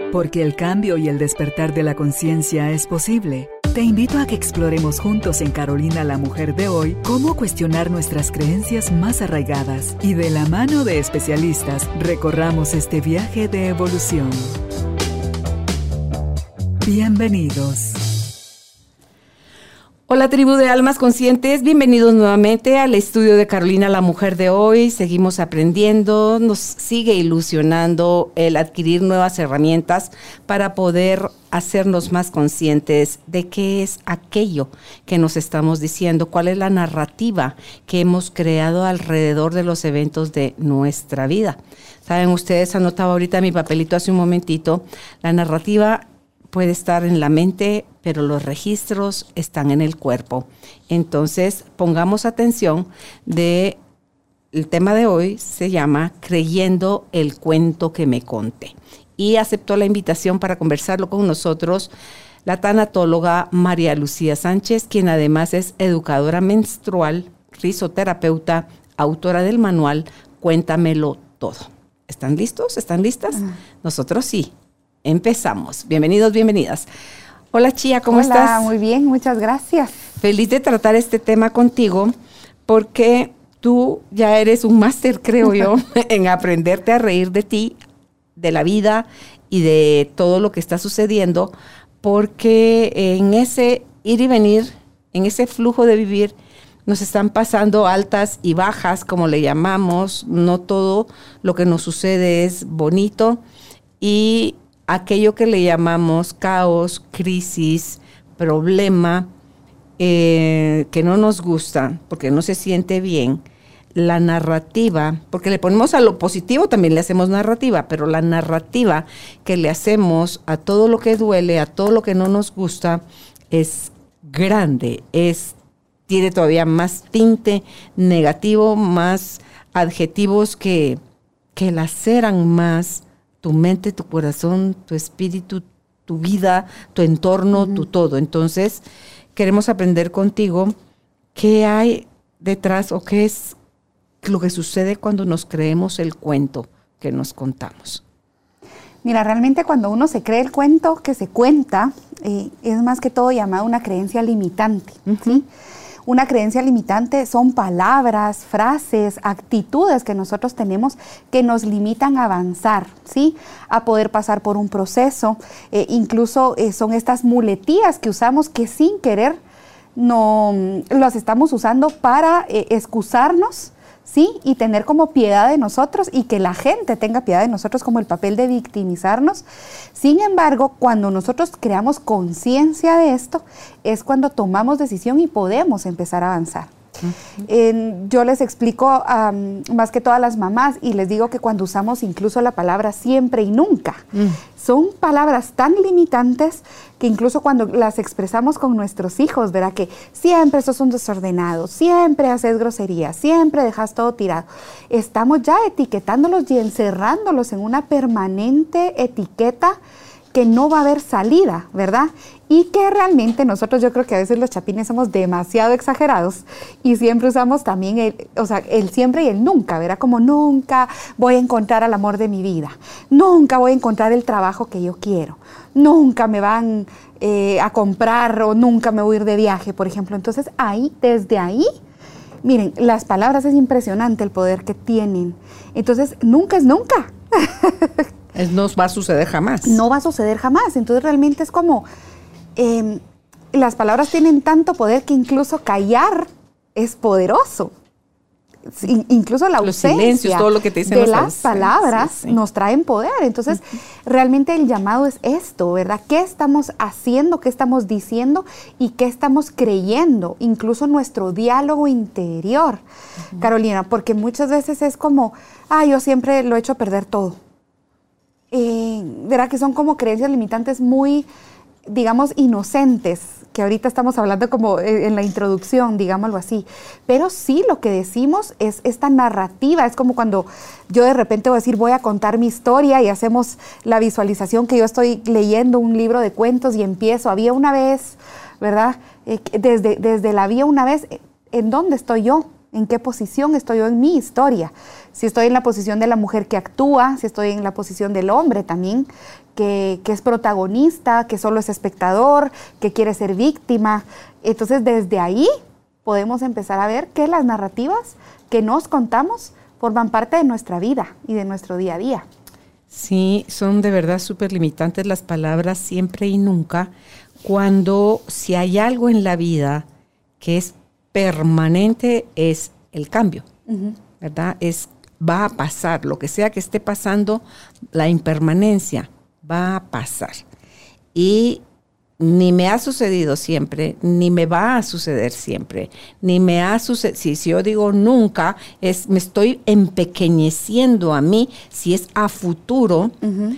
Porque el cambio y el despertar de la conciencia es posible. Te invito a que exploremos juntos en Carolina la Mujer de hoy cómo cuestionar nuestras creencias más arraigadas y de la mano de especialistas recorramos este viaje de evolución. Bienvenidos. Hola tribu de almas conscientes, bienvenidos nuevamente al estudio de Carolina la Mujer de hoy. Seguimos aprendiendo, nos sigue ilusionando el adquirir nuevas herramientas para poder hacernos más conscientes de qué es aquello que nos estamos diciendo, cuál es la narrativa que hemos creado alrededor de los eventos de nuestra vida. Saben, ustedes anotaba ahorita mi papelito hace un momentito, la narrativa puede estar en la mente, pero los registros están en el cuerpo. Entonces, pongamos atención el tema de hoy se llama Creyendo el cuento que me conté. Y aceptó la invitación para conversarlo con nosotros la tanatóloga María Lucía Sánchez, quien además es educadora menstrual, risoterapeuta, autora del manual Cuéntamelo Todo. ¿Están listos? ¿Están listas? Nosotros sí. Empezamos. Bienvenidos, bienvenidas. Hola, Chía, ¿cómo estás? Hola, muy bien, muchas gracias. Feliz de tratar este tema contigo porque tú ya eres un máster, creo yo, en aprenderte a reír de ti, de la vida y de todo lo que está sucediendo, porque en ese ir y venir, en ese flujo de vivir, nos están pasando altas y bajas, como le llamamos. No todo lo que nos sucede es bonito y aquello que le llamamos caos, crisis, problema, que no nos gusta, porque no se siente bien, la narrativa, porque le ponemos a lo positivo, también le hacemos narrativa, pero la narrativa que le hacemos a todo lo que duele, a todo lo que no nos gusta, es grande, tiene todavía más tinte negativo, más adjetivos que laceran más tu mente, tu corazón, tu espíritu, tu vida, tu entorno, tu todo. Entonces, queremos aprender contigo qué hay detrás o qué es lo que sucede cuando nos creemos el cuento que nos contamos. Mira, realmente cuando uno se cree el cuento que se cuenta, es más que todo llamado una creencia limitante, ¿sí? Una creencia limitante son palabras, frases, actitudes que nosotros tenemos que nos limitan a avanzar, ¿sí? A poder pasar por un proceso. Incluso son estas muletillas que usamos que sin querer no las estamos usando para excusarnos, ¿sí? Y tener como piedad de nosotros y que la gente tenga piedad de nosotros, como el papel de victimizarnos. Sin embargo, cuando nosotros creamos conciencia de esto, es cuando tomamos decisión y podemos empezar a avanzar. Yo les explico más que todas las mamás y les digo que cuando usamos incluso la palabra siempre y nunca, son palabras tan limitantes que incluso cuando las expresamos con nuestros hijos, ¿verdad? Que siempre sos un desordenado, siempre haces groserías, siempre dejas todo tirado. Estamos ya etiquetándolos y encerrándolos en una permanente etiqueta que no va a haber salida, ¿verdad? Y que realmente nosotros, yo creo que a veces los chapines somos demasiado exagerados y siempre usamos también el siempre y el nunca, ¿verdad? Como nunca voy a encontrar al amor de mi vida, nunca voy a encontrar el trabajo que yo quiero, nunca me van a comprar o nunca me voy a ir de viaje, por ejemplo. Entonces desde ahí, miren, las palabras es impresionante el poder que tienen. Entonces, nunca es nunca. No va a suceder jamás. No va a suceder jamás. Entonces realmente es como, las palabras tienen tanto poder que incluso callar es poderoso. Incluso la ausencia los silencios, todo lo que te dicen de las palabras nos traen poder. Entonces, realmente el llamado es esto, ¿verdad? ¿Qué estamos haciendo? ¿Qué estamos diciendo? ¿Y qué estamos creyendo? Incluso nuestro diálogo interior, Carolina, porque muchas veces es como, yo siempre lo he hecho perder todo. ¿Verdad? Que son como creencias limitantes muy, digamos, inocentes, que ahorita estamos hablando como en la introducción, digámoslo así. Pero sí, lo que decimos es esta narrativa. Es como cuando yo de repente voy a decir, voy a contar mi historia y hacemos la visualización que yo estoy leyendo un libro de cuentos y empiezo, había una vez, ¿verdad? Desde la había una vez, ¿en dónde estoy yo? ¿En qué posición estoy yo en mi historia? Si estoy en la posición de la mujer que actúa, si estoy en la posición del hombre también, que es protagonista, que solo es espectador, que quiere ser víctima. Entonces, desde ahí podemos empezar a ver que las narrativas que nos contamos forman parte de nuestra vida y de nuestro día a día. Sí, son de verdad súper limitantes las palabras siempre y nunca, cuando si hay algo en la vida que es permanente es el cambio, ¿verdad? Va a pasar, lo que sea que esté pasando, la impermanencia va a pasar. Y ni me ha sucedido siempre, ni me va a suceder siempre, ni me ha sucedido, si yo digo nunca, me estoy empequeñeciendo a mí. Si es a futuro,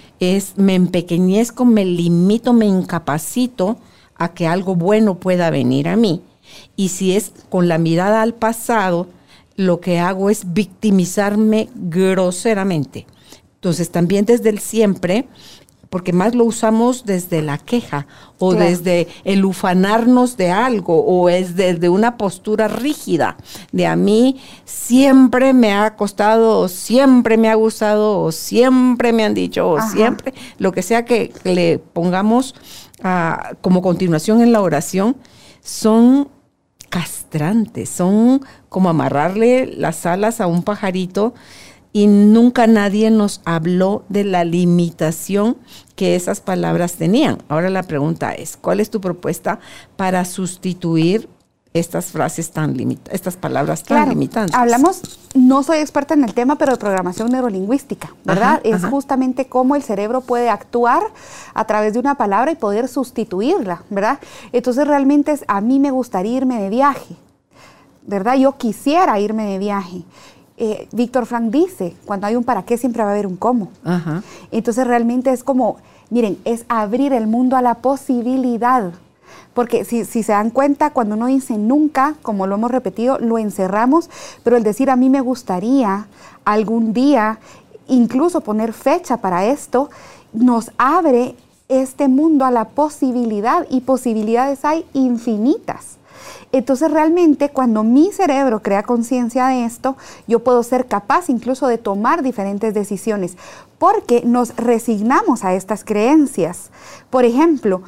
me empequeñezco, me limito, me incapacito a que algo bueno pueda venir a mí. Y si es con la mirada al pasado, lo que hago es victimizarme groseramente. Entonces también desde el siempre, porque más lo usamos desde la queja o claro, desde el ufanarnos de algo, o es desde una postura rígida de a mí siempre me ha costado, o siempre me ha gustado, o siempre me han dicho, o siempre, lo que sea que le pongamos como continuación en la oración, son castrantes, son como amarrarle las alas a un pajarito. Y nunca nadie nos habló de la limitación que esas palabras tenían. Ahora la pregunta es, ¿cuál es tu propuesta para sustituir estas frases estas palabras tan limitantes? Hablamos, no soy experta en el tema, pero de programación neurolingüística, ¿verdad? Es justamente cómo el cerebro puede actuar a través de una palabra y poder sustituirla, ¿verdad? Entonces realmente a mí me gustaría irme de viaje, ¿verdad? Yo quisiera irme de viaje. Víctor Frank dice, cuando hay un para qué siempre va a haber un cómo. Entonces realmente es como, miren, es abrir el mundo a la posibilidad. Porque si se dan cuenta, cuando uno dice nunca, como lo hemos repetido, lo encerramos, pero el decir a mí me gustaría algún día, incluso poner fecha para esto, nos abre este mundo a la posibilidad, y posibilidades hay infinitas. Entonces realmente cuando mi cerebro crea conciencia de esto, yo puedo ser capaz incluso de tomar diferentes decisiones, porque nos resignamos a estas creencias. Por ejemplo,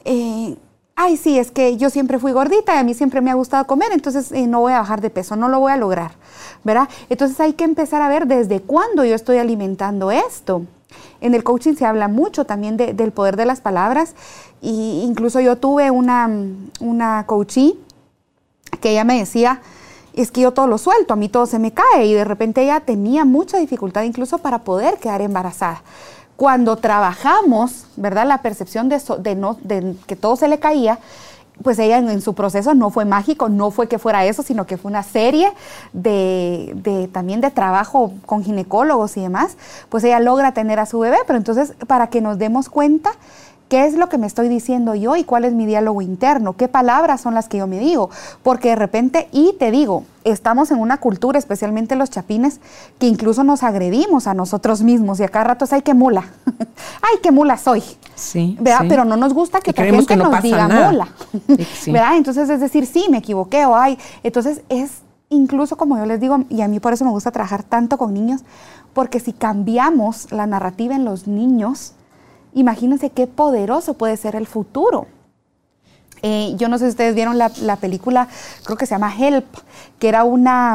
ay, sí, es que yo siempre fui gordita y a mí siempre me ha gustado comer, entonces no voy a bajar de peso, no lo voy a lograr, ¿verdad? Entonces hay que empezar a ver desde cuándo yo estoy alimentando esto. En el coaching se habla mucho también del poder de las palabras, y incluso yo tuve una coachee que ella me decía, es que yo todo lo suelto, a mí todo se me cae, y de repente ella tenía mucha dificultad incluso para poder quedar embarazada. Cuando trabajamos, ¿verdad?, la percepción de que todo se le caía, pues ella en su proceso no fue mágico, no fue que fuera eso, sino que fue una serie también de trabajo con ginecólogos y demás, pues ella logra tener a su bebé. Pero entonces, para que nos demos cuenta ¿qué es lo que me estoy diciendo yo y cuál es mi diálogo interno? ¿Qué palabras son las que yo me digo? Porque de repente, y te digo, estamos en una cultura, especialmente los chapines, que incluso nos agredimos a nosotros mismos, y a cada rato es, ¡ay, qué mula! ¡Ay, qué mula soy! Sí, ¿verdad? sí. Pero no nos gusta que otra gente nos diga mula. Sí. ¿Verdad? Entonces, es decir, sí, me equivoqué, o ay. Entonces, es incluso como yo les digo, y a mí por eso me gusta trabajar tanto con niños, porque si cambiamos la narrativa en los niños, imagínense qué poderoso puede ser el futuro. Yo no sé si ustedes vieron la película, creo que se llama Help, que era una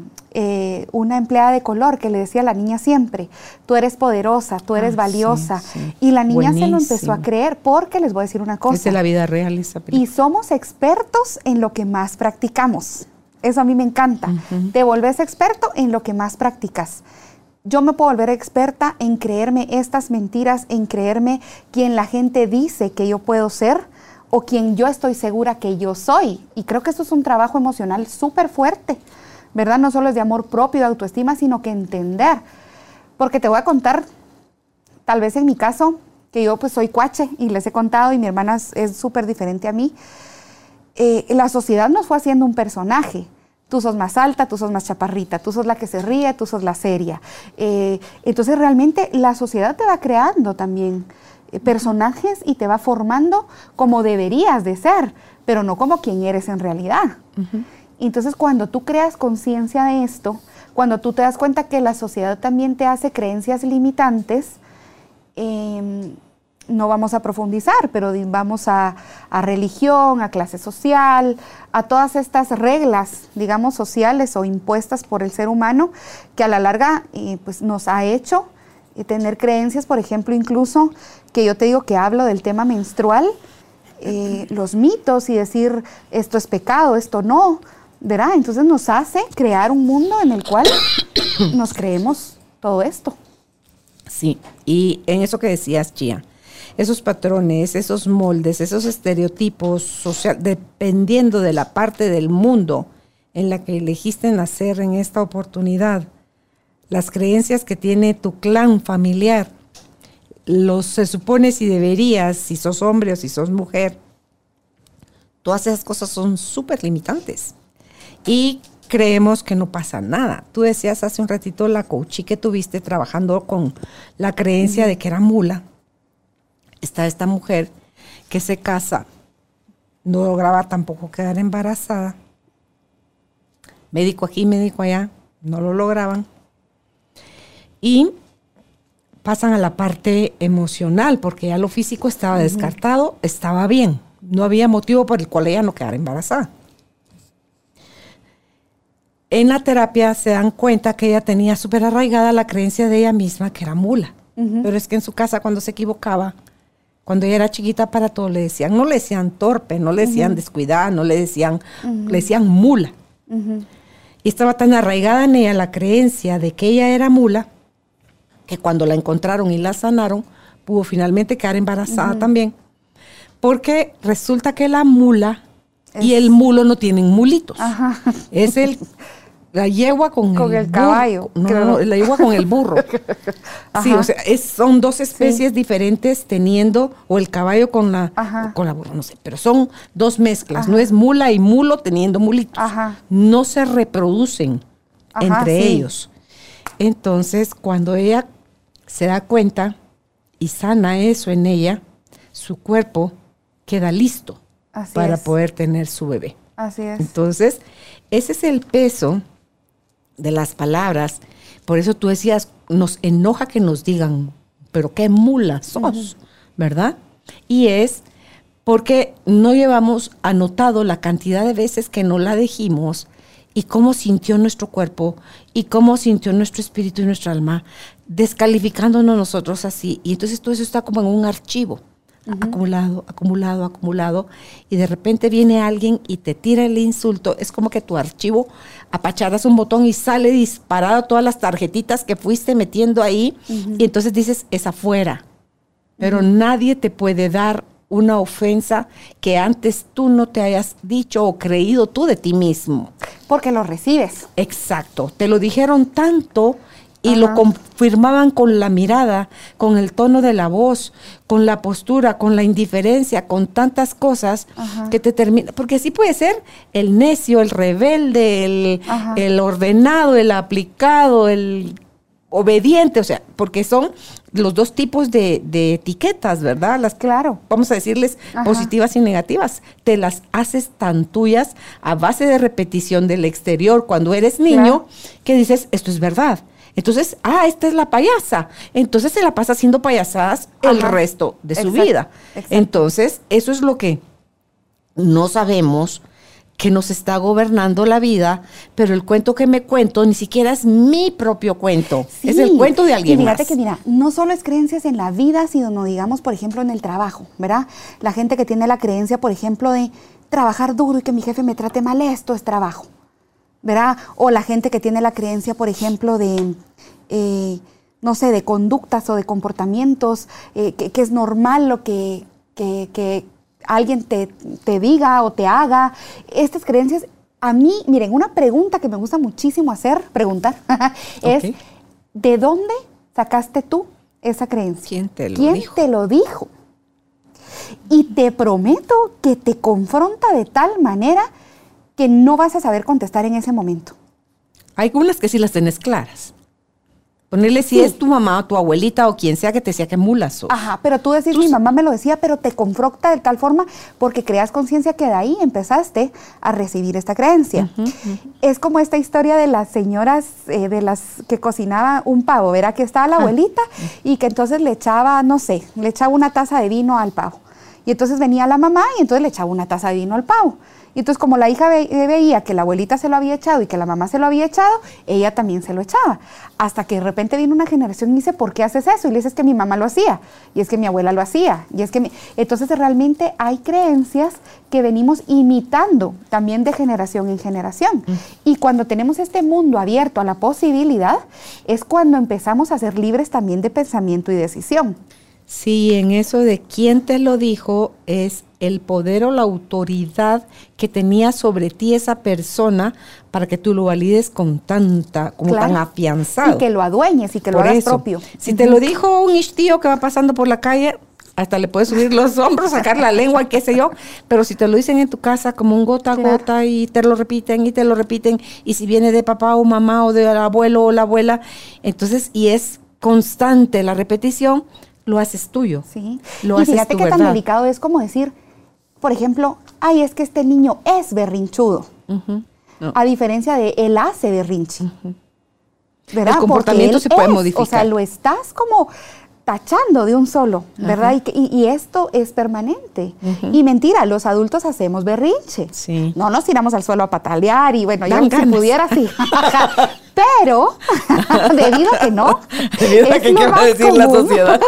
empleada de color que le decía a la niña siempre, tú eres poderosa, tú eres valiosa. Sí, sí. Y la niña se lo empezó a creer, porque les voy a decir una cosa. Es de la vida real esa película. Y somos expertos en lo que más practicamos. Eso a mí me encanta. Te volvés experto en lo que más practicas. Yo me puedo volver experta en creerme estas mentiras, en creerme quien la gente dice que yo puedo ser o quien yo estoy segura que yo soy. Y creo que esto es un trabajo emocional súper fuerte, ¿verdad? No solo es de amor propio, de autoestima, sino que entender. Porque te voy a contar, tal vez en mi caso, que yo pues soy cuache y les he contado, y mi hermana es súper diferente a mí. La sociedad nos fue haciendo un personaje. Tú sos más alta, tú sos más chaparrita, tú sos la que se ríe, tú sos la seria. Entonces realmente la sociedad te va creando también personajes y te va formando como deberías de ser, pero no como quien eres en realidad. Entonces, cuando tú creas conciencia de esto, cuando tú te das cuenta que la sociedad también te hace creencias limitantes, no vamos a profundizar, pero vamos a religión, a clase social, a todas estas reglas, digamos, sociales o impuestas por el ser humano, que a la larga pues nos ha hecho tener creencias, por ejemplo, incluso que yo te digo que hablo del tema menstrual, los mitos y decir esto es pecado, esto no, ¿verdad? Entonces nos hace crear un mundo en el cual nos creemos todo esto. Sí, y en eso que decías, Chía, esos patrones, esos moldes, esos estereotipos social, dependiendo de la parte del mundo en la que elegiste nacer en esta oportunidad, las creencias que tiene tu clan familiar, se supone si deberías, si sos hombre o si sos mujer, todas esas cosas son súper limitantes. Y creemos que no pasa nada. Tú decías hace un ratito la coachí que tuviste trabajando con la creencia de que era mula. Está esta mujer que se casa, no lograba tampoco quedar embarazada. Médico aquí, médico allá, no lo lograban. Y pasan a la parte emocional, porque ya lo físico estaba descartado, estaba bien. No había motivo por el cual ella no quedara embarazada. En la terapia se dan cuenta que ella tenía súper arraigada la creencia de ella misma que era mula. Pero es que en su casa cuando se equivocaba, cuando ella era chiquita para todo le decían, no le decían torpe, no le decían descuidada, no le decían, le decían mula. Y estaba tan arraigada en ella la creencia de que ella era mula, que cuando la encontraron y la sanaron, pudo finalmente quedar embarazada también. Porque resulta que la mula y el mulo no tienen mulitos. Es la yegua con el caballo. No, la yegua con el burro. Sí, o sea, son dos especies diferentes teniendo, o el caballo con la burra, no sé, pero son dos mezclas. No es mula y mulo teniendo mulitos. No se reproducen entre ellos. Entonces, cuando ella se da cuenta y sana eso en ella, su cuerpo queda listo para poder tener su bebé. Así es. Entonces, ese es el peso de las palabras. Por eso tú decías, nos enoja que nos digan, pero qué mula sos, ¿verdad? Y es porque no llevamos anotado la cantidad de veces que no la dijimos y cómo sintió nuestro cuerpo y cómo sintió nuestro espíritu y nuestra alma, descalificándonos nosotros así. Y entonces todo eso está como en un archivo, acumulado, acumulado, acumulado, y de repente viene alguien y te tira el insulto. Es como que tu archivo apacharas un botón y sale disparado todas las tarjetitas que fuiste metiendo ahí, y entonces dices, es afuera. Pero nadie te puede dar una ofensa que antes tú no te hayas dicho o creído tú de ti mismo. Porque lo recibes. Exacto. Te lo dijeron tanto y lo confirmaban con la mirada, con el tono de la voz, con la postura, con la indiferencia, con tantas cosas que te termina. Porque así puede ser el necio, el rebelde, el ordenado, el aplicado, el obediente, o sea, porque son los dos tipos de etiquetas, ¿verdad? Vamos a decirles positivas y negativas. Te las haces tan tuyas a base de repetición del exterior cuando eres niño, que dices, esto es verdad. Entonces, esta es la payasa. Entonces se la pasa haciendo payasadas el resto de su vida. Exacto. Entonces, eso es lo que no sabemos, que nos está gobernando la vida, pero el cuento que me cuento ni siquiera es mi propio cuento, es el cuento de alguien más. Fíjate que, mira, no solo es creencias en la vida, sino, digamos, por ejemplo, en el trabajo, ¿verdad? La gente que tiene la creencia, por ejemplo, de trabajar duro y que mi jefe me trate mal, esto es trabajo, ¿verdad? O la gente que tiene la creencia, por ejemplo, de, no sé, de conductas o de comportamientos, que es normal lo que alguien te diga o te haga. Estas creencias, a mí, miren, una pregunta que me gusta muchísimo preguntar, es, ¿de dónde sacaste tú esa creencia? ¿Quién te lo dijo? Y te prometo que te confronta de tal manera que no vas a saber contestar en ese momento. Hay algunas que sí las tenés claras. Ponerle si es tu mamá o tu abuelita o quien sea que te decía que mula sos. Ajá, pero tú decís, mi mamá me lo decía, pero te confronta de tal forma porque creas conciencia que de ahí empezaste a recibir esta creencia. Es como esta historia de las señoras, de las que cocinaban un pavo, ¿verdad? Que estaba la abuelita y que entonces le echaba, no sé, le echaba una taza de vino al pavo. Y entonces venía la mamá y entonces le echaba una taza de vino al pavo. Y entonces como la hija veía que la abuelita se lo había echado y que la mamá se lo había echado, ella también se lo echaba. Hasta que de repente vino una generación y dice, ¿por qué haces eso? Y le dice, es que mi mamá lo hacía, y es que mi abuela lo hacía, y es que Entonces realmente hay creencias que venimos imitando también de generación en generación. Y cuando tenemos este mundo abierto a la posibilidad, es cuando empezamos a ser libres también de pensamiento y decisión. Sí, en eso de quién te lo dijo es el poder o la autoridad que tenía sobre ti esa persona para que tú lo valides con tanta, como tan afianzado. Y que lo adueñes y que lo hagas propio. Si te lo dijo un tío que va pasando por la calle, hasta le puedes subir los hombros, sacar la lengua, qué sé yo, pero si te lo dicen en tu casa como un gota a gota y te lo repiten y te lo repiten, y si viene de papá o mamá o del abuelo o la abuela, entonces, y es constante la repetición, lo haces tuyo. Sí. Lo y haces fíjate tu que verdad. tan delicado es como decir, por ejemplo, ay, es que este niño es berrinchudo. No. A diferencia de él hace berrinche. ¿Verdad? El comportamiento se puede modificar. O sea, lo estás como tachando de un solo, ¿verdad? Y esto es permanente. Y mentira, los adultos hacemos berrinche. Sí. No nos tiramos al suelo a patalear y bueno, Dan yo ganas. si pudiera, sí. Pero, debido a que no, Debido a que ¿qué va a decir la sociedad?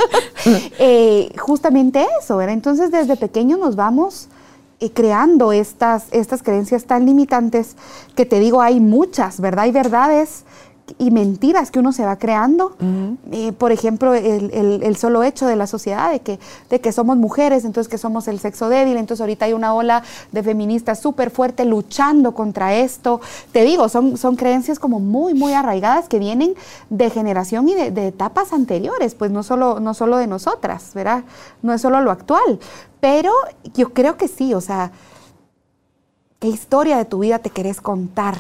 Justamente eso, ¿verdad? Entonces, desde pequeños nos vamos creando estas creencias tan limitantes que te digo, hay muchas, ¿verdad? Hay verdades y mentiras que uno se va creando. Por ejemplo, el solo hecho de la sociedad de que somos mujeres, entonces que somos el sexo débil, entonces ahorita hay una ola de feministas súper fuerte luchando contra esto. Te digo, son creencias como muy, muy arraigadas que vienen de generación y de etapas anteriores, pues no solo de nosotras, ¿verdad? No es solo lo actual, pero yo creo que sí, o sea, ¿qué historia de tu vida te querés contar?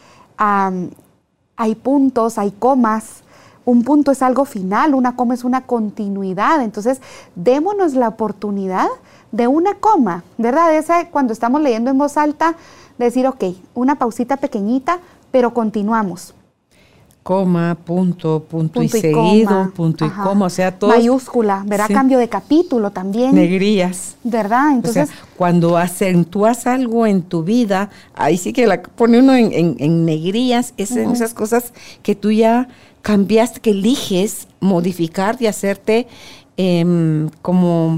Hay puntos, hay comas. Un punto es algo final, una coma es una continuidad. Entonces, démonos la oportunidad de una coma, ¿verdad? Esa, cuando estamos leyendo en voz alta, decir, ok, una pausita pequeñita, pero continuamos. Coma, punto y seguido, coma. punto y Ajá. coma, o sea, todo. Mayúscula, ¿verdad? Sí. Cambio de capítulo también. Negrillas. ¿Verdad? Entonces, O sea, cuando acentúas algo en tu vida, ahí sí que la pone uno en negrillas, en esas cosas que tú ya cambiaste, que eliges modificar y hacerte como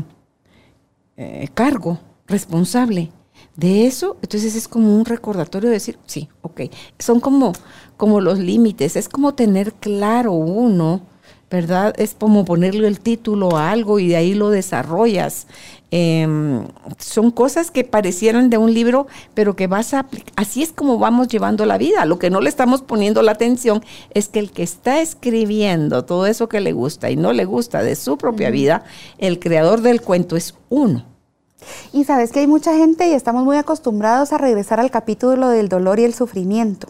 cargo, responsable de eso. Entonces es como un recordatorio de decir, sí, ok, son como los límites, es como tener claro uno, ¿verdad? Es como ponerle el título a algo y de ahí lo desarrollas. Son cosas que parecieran de un libro, pero que vas a aplicar. Así es como vamos llevando la vida. Lo que no le estamos poniendo la atención es que el que está escribiendo todo eso que le gusta y no le gusta de su propia vida, el creador del cuento es uno. y sabes que hay mucha gente y estamos muy acostumbrados a regresar al capítulo del dolor y el sufrimiento.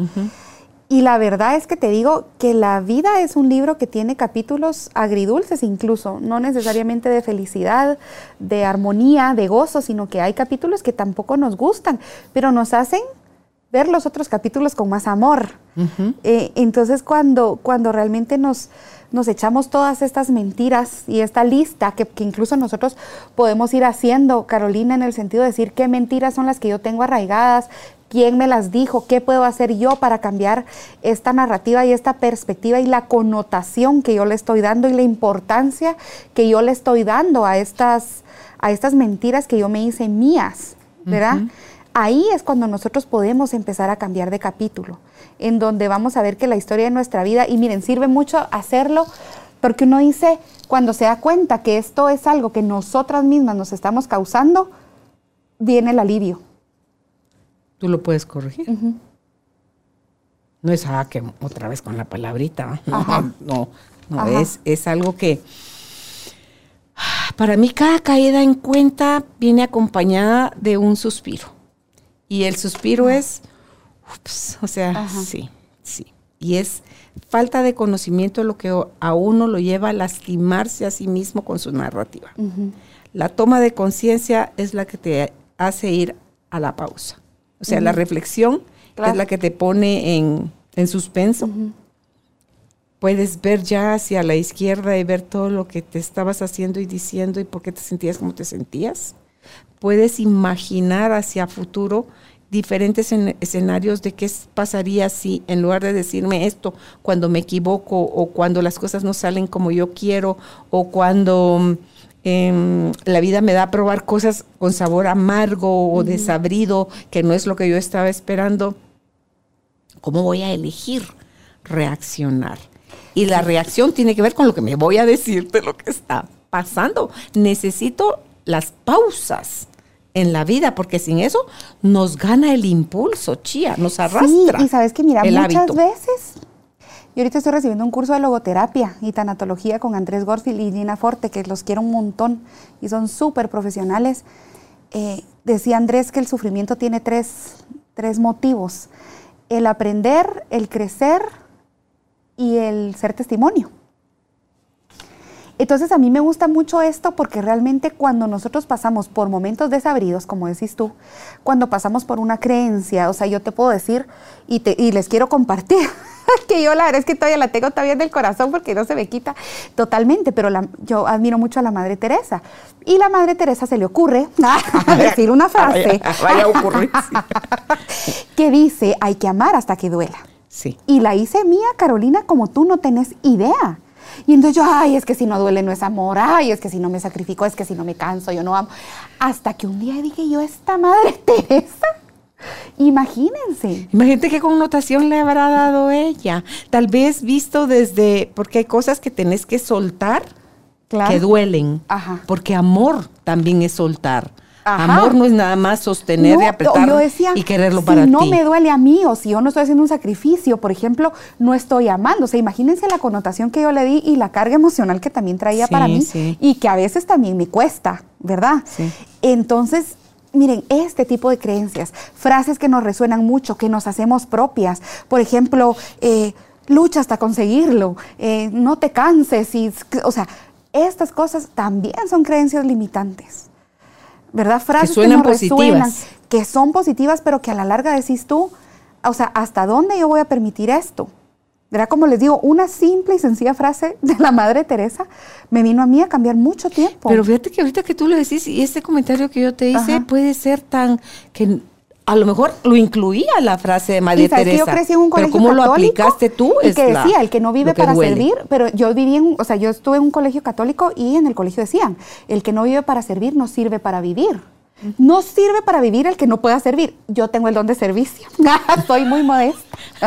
Y la verdad es que te digo que la vida es un libro que tiene capítulos agridulces incluso, no necesariamente de felicidad, de armonía, de gozo, sino que hay capítulos que tampoco nos gustan, pero nos hacen ver los otros capítulos con más amor. Entonces cuando realmente nos echamos todas estas mentiras y esta lista que incluso nosotros podemos ir haciendo, Carolina, en el sentido de decir qué mentiras son las que yo tengo arraigadas, quién me las dijo, qué puedo hacer yo para cambiar esta narrativa y esta perspectiva y la connotación que yo le estoy dando y la importancia que yo le estoy dando a estas mentiras que yo me hice mías, ¿verdad? Ahí es cuando nosotros podemos empezar a cambiar de capítulo, en donde vamos a ver que la historia de nuestra vida, y miren, sirve mucho hacerlo, porque uno dice, cuando se da cuenta que esto es algo que nosotras mismas nos estamos causando, viene el alivio. Tú lo puedes corregir. No es, que otra vez con la palabrita. No, es algo que, para mí, cada caída en cuenta viene acompañada de un suspiro. Y el suspiro es, ups, o sea, sí. y es falta de conocimiento lo que a uno lo lleva a lastimarse a sí mismo con su narrativa. La toma de conciencia es la que te hace ir a la pausa. O sea, la reflexión es la que te pone en suspenso. Puedes ver ya hacia la izquierda y ver todo lo que te estabas haciendo y diciendo y por qué te sentías como te sentías. Puedes imaginar hacia futuro diferentes escenarios de qué pasaría si en lugar de decirme esto cuando me equivoco o cuando las cosas no salen como yo quiero o cuando la vida me da a probar cosas con sabor amargo o desabrido que no es lo que yo estaba esperando, ¿cómo voy a elegir reaccionar? Y la reacción tiene que ver con lo que me voy a decir de lo que está pasando. Necesito las pausas en la vida, porque sin eso nos gana el impulso, Chía, nos arrastra. Sí, y sabes que mira, muchas hábito. veces, yo ahorita estoy recibiendo un curso de logoterapia y tanatología con Andrés Gorfield y Nina Forte, que los quiero un montón y son súper profesionales. Decía Andrés que el sufrimiento tiene tres motivos: el aprender, el crecer y el ser testimonio. Entonces a mí me gusta mucho esto porque realmente cuando nosotros pasamos por momentos desabridos, como decís tú, cuando pasamos por una creencia, o sea, yo te puedo decir y les quiero compartir que yo la verdad es que todavía la tengo todavía en el corazón porque no se me quita totalmente, pero yo admiro mucho a la Madre Teresa. Y la Madre Teresa se le ocurre decir una frase vaya a ocurrir, que dice, hay que amar hasta que duela. Sí. Y la hice mía, Carolina, como tú no tenés idea. Y entonces yo, ay, es que si no duele no es amor, ay, es que si no me sacrifico, es que si no me canso, yo no amo. Hasta que un día dije yo, esta Madre Teresa, imagínense. Imagínate qué connotación le habrá dado ella. Tal vez visto desde, porque hay cosas que tenés que soltar, Claro. que duelen. Ajá. Porque amor también es soltar. Ajá. Amor no es nada más sostener No, y apretar yo decía, y quererlo si para ti. no me duele a mí o si yo no estoy haciendo un sacrificio, por ejemplo, no estoy amando. O sea, imagínense la connotación que yo le di y la carga emocional que también traía para mí y que a veces también me cuesta, ¿verdad? Sí. Entonces, miren, este tipo de creencias, frases que nos resuenan mucho, que nos hacemos propias. Por ejemplo, lucha hasta conseguirlo, no te canses. O sea, estas cosas también son creencias limitantes. ¿Verdad? Frases que nos resuenan, que son positivas, pero que a la larga decís tú, o sea, ¿hasta dónde yo voy a permitir esto? ¿Verdad? Como les digo, una simple y sencilla frase de la Madre Teresa me vino a mí a cambiar mucho tiempo. Pero fíjate que ahorita que tú lo decís, y este comentario que yo te hice puede ser tan que a lo mejor lo incluía la frase de Madre Teresa. Que yo crecí en un colegio pero cómo lo católico aplicaste tú y que decía, el que no vive para servir, pero yo viví o sea, yo estuve en un colegio católico y en el colegio decían, el que no vive para servir no sirve para vivir. No sirve para vivir el que no pueda servir. Yo tengo el don de servicio. Soy muy modesta.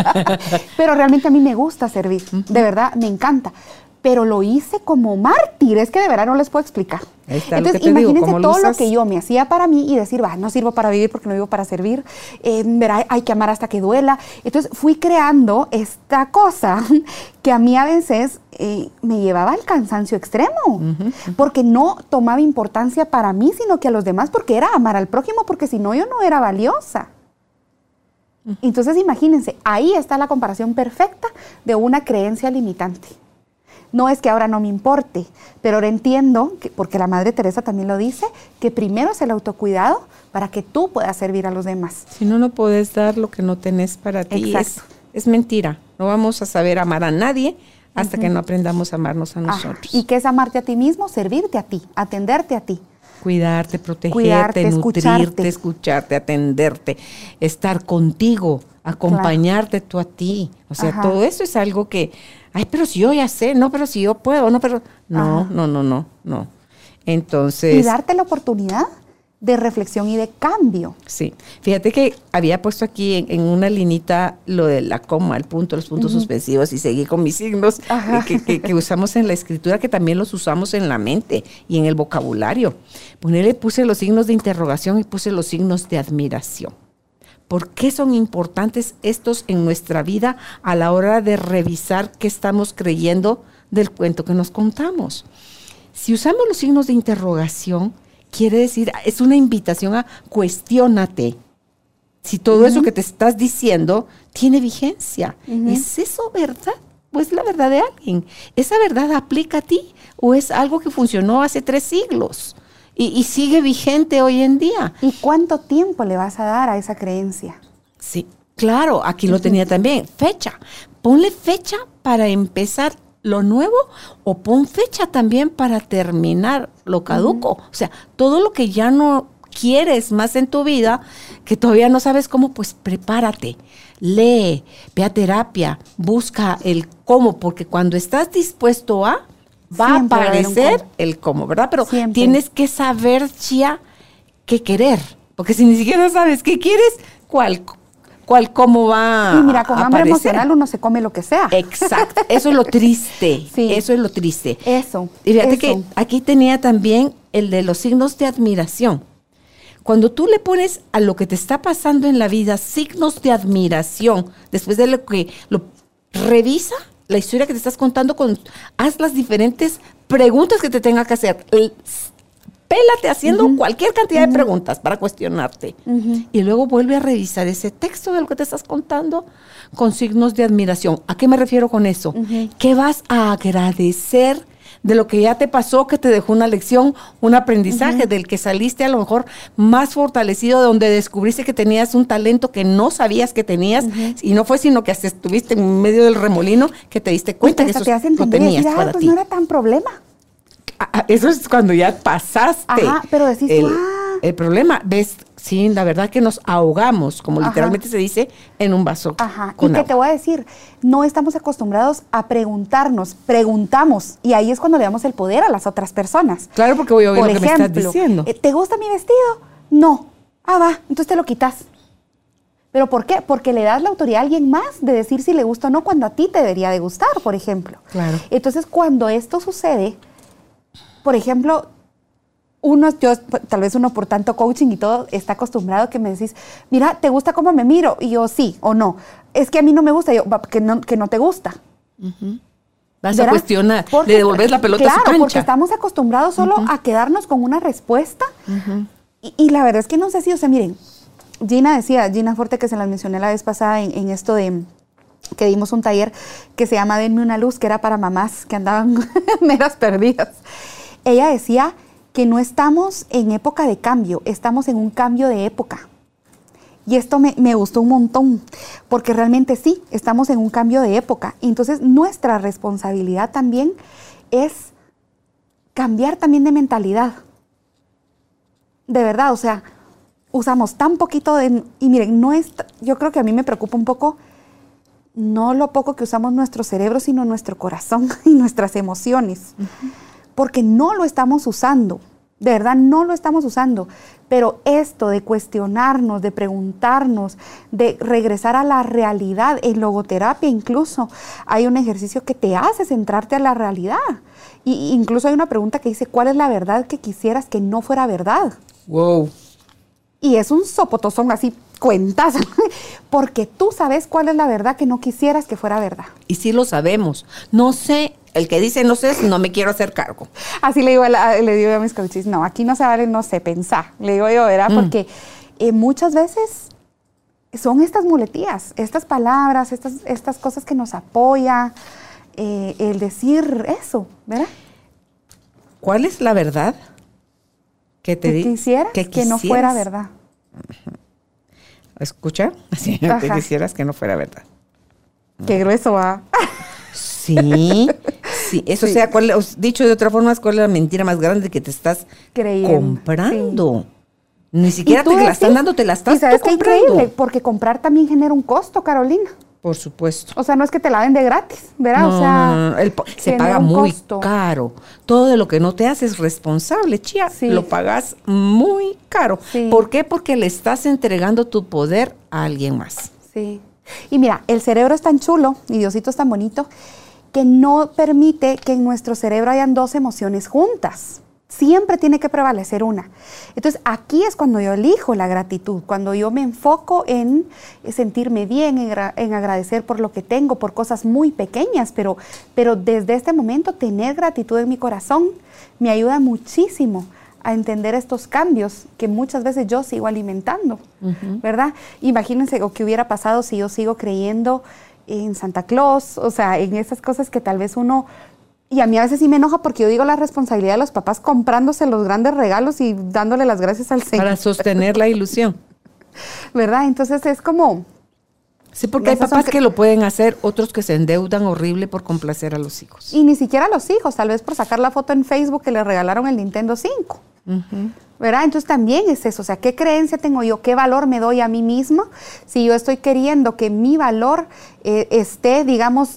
Pero realmente a mí me gusta servir. De verdad, me encanta. Pero lo hice como mártir. Es que de verdad no les puedo explicar. Entonces, imagínense todo lo que yo me hacía para mí y decir, no sirvo para vivir porque no vivo para servir. Hay que amar hasta que duela. Entonces, fui creando esta cosa que a mí a veces me llevaba al cansancio extremo. Porque no tomaba importancia para mí, sino que a los demás, porque era amar al prójimo, porque si no, yo no era valiosa. Entonces, imagínense, ahí está la comparación perfecta de una creencia limitante. No es que ahora no me importe, pero ahora entiendo, porque la Madre Teresa también lo dice, que primero es el autocuidado para que tú puedas servir a los demás. Si no, no podés dar lo que no tenés para ti. Es mentira. No vamos a saber amar a nadie hasta que no aprendamos a amarnos a nosotros. ¿Y qué es amarte a ti mismo? Servirte a ti, atenderte a ti. Cuidarte, protegerte, nutrirte, escucharte, atenderte, estar contigo, acompañarte tú a ti. O sea, todo eso es algo que, pero si yo ya sé, no, pero si yo puedo, no, pero... No. Entonces... Y darte la oportunidad de reflexión y de cambio. Sí. Fíjate que había puesto aquí en una linita lo de la coma, el punto, los puntos suspensivos y seguí con mis signos que usamos en la escritura, que también los usamos en la mente y en el vocabulario. Puse los signos de interrogación y puse los signos de admiración. ¿Por qué son importantes estos en nuestra vida a la hora de revisar qué estamos creyendo del cuento que nos contamos? Si usamos los signos de interrogación, quiere decir, es una invitación a cuestiónate. si todo eso que te estás diciendo tiene vigencia. ¿Es eso verdad? ¿O es la verdad de alguien? ¿Esa verdad aplica a ti? ¿O es algo que funcionó hace 3 siglos y sigue vigente hoy en día? ¿Y cuánto tiempo le vas a dar a esa creencia? Sí, claro, aquí lo tenía también. Fecha. Ponle fecha para empezar lo nuevo o pon fecha también para terminar lo caduco. O sea, todo lo que ya no quieres más en tu vida, que todavía no sabes cómo, pues prepárate, lee, ve a terapia, busca el cómo, porque cuando estás dispuesto a, va Siempre a va a haber un aparecer cómo. el cómo, ¿verdad? Pero Siempre. tienes que saber, Chía, qué querer, porque si ni siquiera sabes qué quieres, ¿cuál cómo va Y mira, con a hambre aparecer? emocional uno se come lo que sea. Exacto, eso es lo triste, Sí. eso es lo triste. Eso. Y fíjate eso. que aquí tenía también el de los signos de admiración. Cuando tú le pones a lo que te está pasando en la vida signos de admiración, después de lo que lo revisa la historia que te estás contando, haz las diferentes preguntas que te tenga que hacer. Pélate haciendo cualquier cantidad de preguntas para cuestionarte. Y luego vuelve a revisar ese texto de lo que te estás contando con signos de admiración. ¿A qué me refiero con eso? ¿Qué vas a agradecer de lo que ya te pasó, que te dejó una lección, un aprendizaje, del que saliste a lo mejor más fortalecido, donde descubriste que tenías un talento que no sabías que tenías, y no fue sino que hasta estuviste en medio del remolino que te diste cuenta que eso te hace lo entender y tenías decir, para pues ti. no era tan problema. Eso es cuando ya pasaste. Ajá, pero decís, el problema, ves, sí, la verdad que nos ahogamos, como literalmente se dice, en un vaso Ajá, con y que agua. te voy a decir, no estamos acostumbrados a preguntamos, y ahí es cuando le damos el poder a las otras personas. Claro, porque voy a oír Por lo que ejemplo, me estás diciendo. ¿te gusta mi vestido? No. Ah, va, entonces te lo quitas. ¿Pero por qué? Porque le das la autoridad a alguien más de decir si le gusta o no cuando a ti te debería de gustar, por ejemplo. Claro. Entonces, cuando esto sucede, por ejemplo, tal vez uno por tanto coaching y todo, está acostumbrado que me decís, mira, ¿te gusta cómo me miro? Y yo, sí o no. Es que a mí no me gusta. Y yo, que no te gusta. Vas ¿Verdad? a cuestionar, Porque, le devolves la pelota a su claro, cancha. porque estamos acostumbrados solo a quedarnos con una respuesta. Y la verdad es que no sé si, o sea, miren, Gina Forte, que se las mencioné la vez pasada en esto de que dimos un taller que se llama Denme una luz, que era para mamás que andaban meras perdidas. Ella decía que no estamos en época de cambio, estamos en un cambio de época. Y esto me gustó un montón, porque realmente sí, estamos en un cambio de época. Y entonces nuestra responsabilidad también es cambiar también de mentalidad. De verdad, o sea, usamos tan poquito y miren, yo creo que a mí me preocupa un poco, no lo poco que usamos nuestro cerebro, sino nuestro corazón y nuestras emociones. Porque no lo estamos usando, de verdad no lo estamos usando, pero esto de cuestionarnos, de preguntarnos, de regresar a la realidad, en logoterapia incluso hay un ejercicio que te hace centrarte a la realidad, y incluso hay una pregunta que dice, ¿cuál es la verdad que quisieras que no fuera verdad? Wow. Y es un sopotozón así, cuentas, porque tú sabes cuál es la verdad que no quisieras que fuera verdad. Y sí lo sabemos. No sé, el que dice no sé, no me quiero hacer cargo. Así le digo a mis coaches, no, aquí no se vale, no sé, pensar. Le digo yo, ¿verdad? Porque muchas veces son estas muletillas, estas palabras, estas cosas que nos apoyan, el decir eso, ¿verdad? ¿Cuál es la verdad que te quisieras que no fuera verdad? ¿Escucha? Así, que quisieras que no fuera verdad. Qué grueso va. Sí, sí. Eso Sí. sea, dicho de otra forma, ¿cuál es la mentira más grande que te estás Creyendo. comprando? Sí. Ni siquiera Y tú te la decís, están dando, te la estás y sabes tú qué comprando. increíble, porque comprar también genera un costo, Carolina. Por supuesto. O sea, no es que te la den de gratis, ¿verdad? No, o sea, no, se genera paga un muy costo. caro. Todo de lo que no te haces responsable, Chía, Sí. lo pagas muy caro. Sí. ¿Por qué? Porque le estás entregando tu poder a alguien más. Sí. Y mira, el cerebro es tan chulo y Diosito es tan bonito que no permite que en nuestro cerebro hayan dos emociones juntas. Siempre tiene que prevalecer una. Entonces, aquí es cuando yo elijo la gratitud, cuando yo me enfoco en sentirme bien, en agradecer por lo que tengo, por cosas muy pequeñas, pero desde este momento tener gratitud en mi corazón me ayuda muchísimo a entender estos cambios que muchas veces yo sigo alimentando, ¿verdad? Imagínense o qué hubiera pasado si yo sigo creyendo en Santa Claus, o sea, en esas cosas que tal vez uno... Y a mí a veces sí me enoja porque yo digo la responsabilidad de los papás comprándose los grandes regalos y dándole las gracias al Señor. Para sostener la ilusión. ¿Verdad? Entonces es como... Sí, porque hay papás que lo pueden hacer, otros que se endeudan horrible por complacer a los hijos. Y ni siquiera a los hijos, tal vez por sacar la foto en Facebook que le regalaron el Nintendo 5. ¿Verdad? Entonces también es eso, o sea, ¿qué creencia tengo yo? ¿Qué valor me doy a mí mismo? Si yo estoy queriendo que mi valor esté, digamos,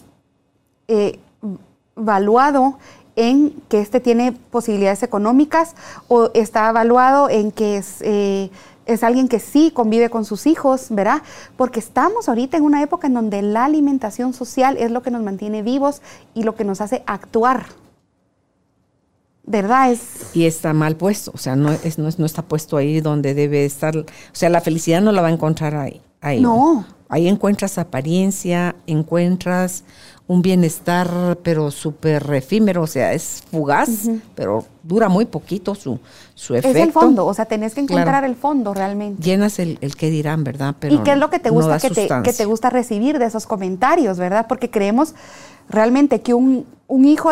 valuado en que tiene posibilidades económicas o está valuado en que es alguien que sí convive con sus hijos, ¿verdad? Porque estamos ahorita en una época en donde la alimentación social es lo que nos mantiene vivos y lo que nos hace actuar. ¿Verdad? Y está mal puesto, o sea, no está puesto ahí donde debe estar. O sea, la felicidad no la va a encontrar ahí. No. Ahí encuentras apariencia, encuentras un bienestar, pero súper efímero, o sea, es fugaz, pero dura muy poquito su efecto. Es el fondo, o sea, tenés que encontrar el fondo realmente. Llenas el qué dirán, ¿verdad? Pero ¿y qué es lo que te gusta, no que te gusta recibir de esos comentarios, ¿verdad? Porque creemos realmente que un hijo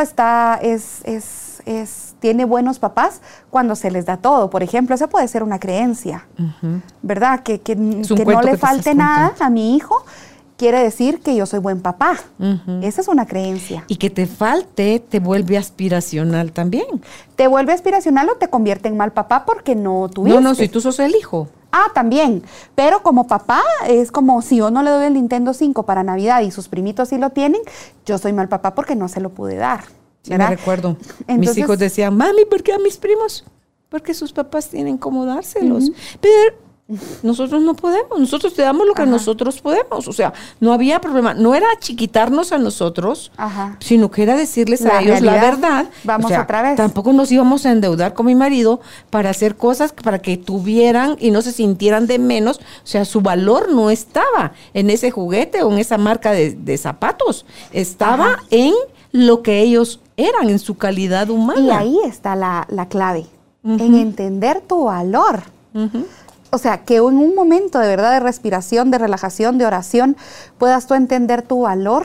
tiene buenos papás cuando se les da todo. Por ejemplo, esa puede ser una creencia, ¿verdad? Que no le falte nada a mi hijo quiere decir que yo soy buen papá. Esa es una creencia. Y que te falte te vuelve aspiracional también. Te vuelve aspiracional o te convierte en mal papá porque no tuviste. No, si tú sos el hijo. Ah, también. Pero como papá, es como si yo no le doy el Nintendo 5 para Navidad y sus primitos sí lo tienen, yo soy mal papá porque no se lo pude dar. Sí, me recuerdo. Entonces, mis hijos decían, mami, ¿por qué a mis primos? Porque sus papás tienen cómo dárselos. Pero nosotros no podemos. Nosotros te damos lo que nosotros podemos. O sea, no había problema. No era chiquitarnos a nosotros, sino que era decirles a ellos la verdad. Vamos otra vez. Tampoco nos íbamos a endeudar con mi marido para hacer cosas para que tuvieran y no se sintieran de menos. O sea, su valor no estaba en ese juguete o en esa marca de zapatos. Estaba en lo que ellos eran, en su calidad humana. Y ahí está la clave, en entender tu valor. O sea, que en un momento de verdad de respiración, de relajación, de oración, puedas tú entender tu valor.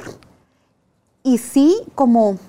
Y sí, como